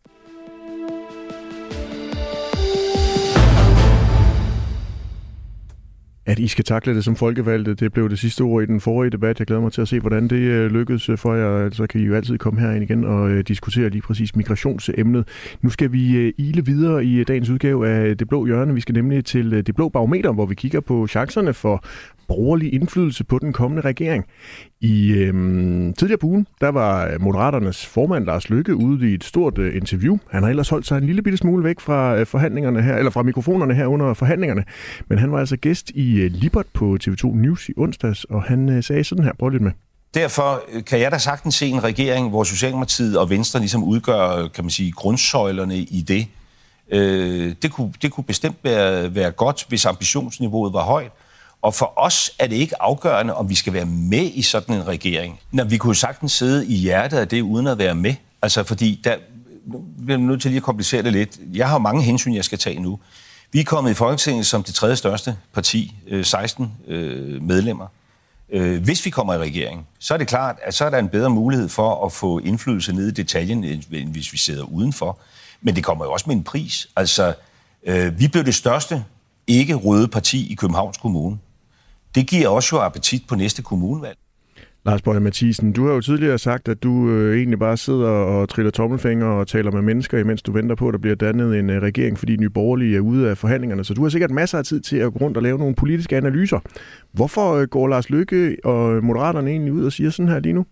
At I skal takle det som folkevalgte, det blev det sidste ord i den forrige debat. Jeg glæder mig til at se, hvordan det lykkedes for jer. Så kan I jo altid komme herind igen og diskutere lige præcis migrationsemnet. Nu skal vi ile videre i dagens udgave af Det Blå Hjørne. Vi skal nemlig til Det Blå Barometer, hvor vi kigger på chancerne for borgerlig indflydelse på den kommende regering. I tidligere på ugen, der var Moderaternes formand Lars Løkke ude i et stort interview. Han har ellers holdt sig en lille bitte smule væk fra forhandlingerne her, eller fra mikrofonerne her under forhandlingerne. Men han var altså gæst i Libert på TV2 News i onsdags, og han sagde sådan her. Prøv lidt med. Derfor kan jeg da sagtens se en regering, hvor Socialdemokratiet og Venstre ligesom udgør, kan man sige, grundsøjlerne i det. Det kunne bestemt være godt, hvis ambitionsniveauet var højt. Og for os er det ikke afgørende, om vi skal være med i sådan en regering. Når vi kunne sagtens sidde i hjertet af det, uden at være med. Altså, fordi der bliver nødt til lige at komplicere det lidt. Jeg har mange hensyn, jeg skal tage nu. Vi er kommet i Folketinget som det tredje største parti, 16 medlemmer. Hvis vi kommer i regering, så er det klart, at så er der en bedre mulighed for at få indflydelse ned i detaljen, end hvis vi sidder udenfor. Men det kommer jo også med en pris. Altså, vi blev det største ikke-røde parti i Københavns Kommune. Det giver også jo appetit på næste kommunevalg. Lars Boje Mathiesen, du har jo tidligere sagt, at du egentlig bare sidder og triller tommelfingre og taler med mennesker, imens du venter på, at der bliver dannet en regering, fordi Nye Borgerlige er ude af forhandlingerne. Så du har sikkert masser af tid til at gå rundt og lave nogle politiske analyser. Hvorfor går Lars Løkke og Moderaterne egentlig ud og siger sådan her lige nu?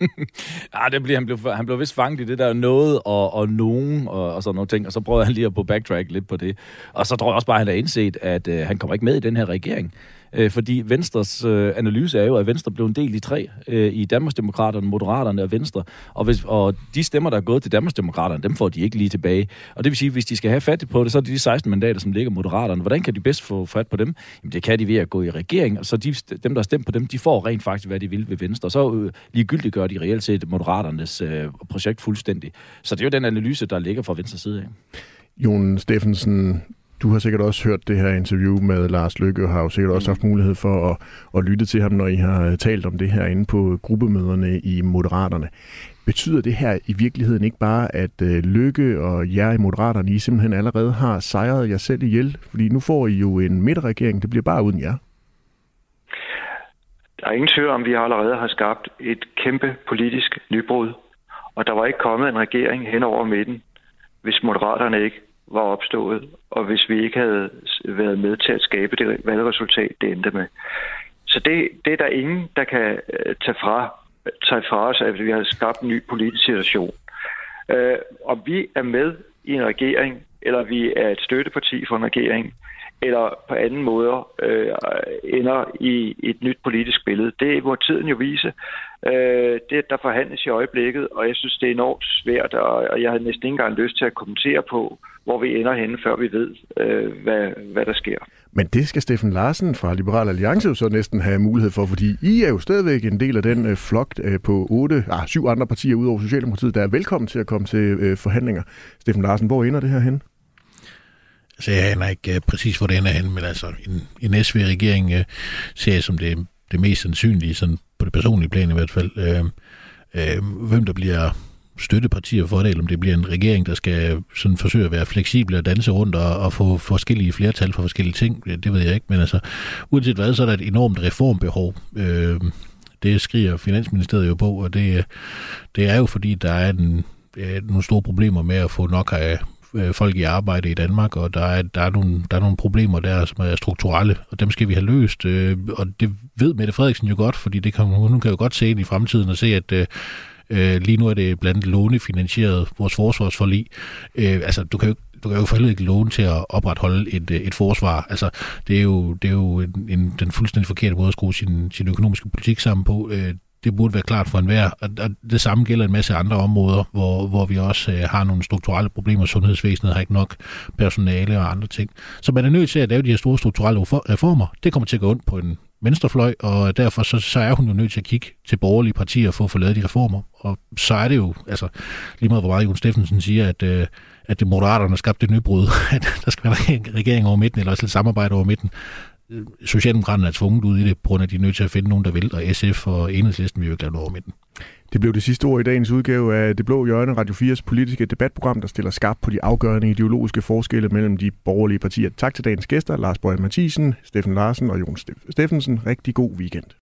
Han blev vist fanget i det der noget og nogen og sådan nogle ting, og så prøvede han lige at backtrack lidt på det. Og så tror jeg også bare, at han har indset, at han kommer ikke med i den her regering. Fordi Venstres analyse er jo, at Venstre blev en del i tre i Danmarksdemokraterne, Moderaterne og Venstre. Og de stemmer, der er gået til Danmarksdemokraterne, dem får de ikke lige tilbage. Og det vil sige, at hvis de skal have fat på det, så er det de 16 mandater, som ligger Moderaterne. Hvordan kan de bedst få fat på dem? Jamen, det kan de ved at gå i regering, og så dem, der har stemt på dem, de får rent faktisk, hvad de vil ved Venstre. Og så ligegyldigt gør de reelt set Moderaternes projekt fuldstændig. Så det er jo den analyse, der ligger fra Venstres side af. Jon Steffensen, du har sikkert også hørt det her interview med Lars Løkke, og har jo sikkert også haft mulighed for at lytte til ham, når I har talt om det her inde på gruppemøderne i Moderaterne. Betyder det her i virkeligheden ikke bare, at Løkke og jer i Moderaterne, I simpelthen allerede har sejret jer selv ihjel? Fordi nu får I jo en midterregering, det bliver bare uden jer. Der er ingen tvivl om, vi allerede har skabt et kæmpe politisk nybrud, og der var ikke kommet en regering hen over midten, hvis Moderaterne ikke var opstået, og hvis vi ikke havde været med til at skabe det valgresultat, det endte med. Så det er der ingen, der kan tage fra os, at vi har skabt en ny politisk situation. Om vi er med i en regering, eller vi er et støtteparti for en regering, eller på anden måde ender i et nyt politisk billede. Det må tiden jo vise. Det, der forhandles i øjeblikket, og jeg synes, det er enormt svært, og jeg har næsten ikke engang lyst til at kommentere på, hvor vi ender henne, før vi ved, hvad der sker. Men det skal Steffen Larsen fra Liberal Alliance jo så næsten have mulighed for, fordi I er jo stadigvæk en del af den flok på 7 andre partier udover Socialdemokratiet, der er velkommen til at komme til forhandlinger. Steffen Larsen, hvor ender det her henne? Så jeg aner ikke præcis, hvor det ender henne, men altså en SV-regering ser jeg som det mest sandsynlige, sådan på det personlige plan i hvert fald. Hvem der bliver støttepartier for det, eller om det bliver en regering, der skal sådan forsøge at være fleksibel og danse rundt og få forskellige flertal for forskellige ting, det ved jeg ikke, men altså uanset hvad, så er der et enormt reformbehov. Det skriger Finansministeriet jo på, og det er jo fordi, der er nogle store problemer med at få nok af folk i arbejde i Danmark, og der er nogle problemer der, som er strukturelle, og dem skal vi have løst, og det ved Mette Frederiksen jo godt, fordi hun kan jo godt se ind i fremtiden og se, at lige nu er det blandt andet lånefinansieret vores forsvarsforlig. Altså, du kan jo for ikke låne til at opretholde et forsvar. Altså, det er jo den fuldstændig forkerte måde at skrue sin økonomiske politik sammen på. Det burde være klart for enhver. Og det samme gælder en masse andre områder, hvor vi også har nogle strukturelle problemer. Sundhedsvæsenet har ikke nok personale og andre ting. Så man er nødt til at lave de her store strukturelle reformer. Det kommer til at gå ondt venstrefløj, og derfor så er hun jo nødt til at kigge til borgerlige partier for at få lavet de reformer. Og så er det jo, altså lige meget hvor meget Jon Steffensen siger, at det Moderaterne skabte det nybrud, at der skal være en regering over midten, eller også et samarbejde over midten. Socialdemokraterne er tvunget ud i det, på grund af, at de er nødt til at finde nogen, der vil, og SF og Enhedslisten vil jo gerne over midten. Det blev det sidste ord i dagens udgave af Det Blå Hjørne, Radio 4's politiske debatprogram, der stiller skarpt på de afgørende ideologiske forskelle mellem de borgerlige partier. Tak til dagens gæster, Lars Boje Mathiesen, Steffen Larsen og Jon Steffensen. Rigtig god weekend.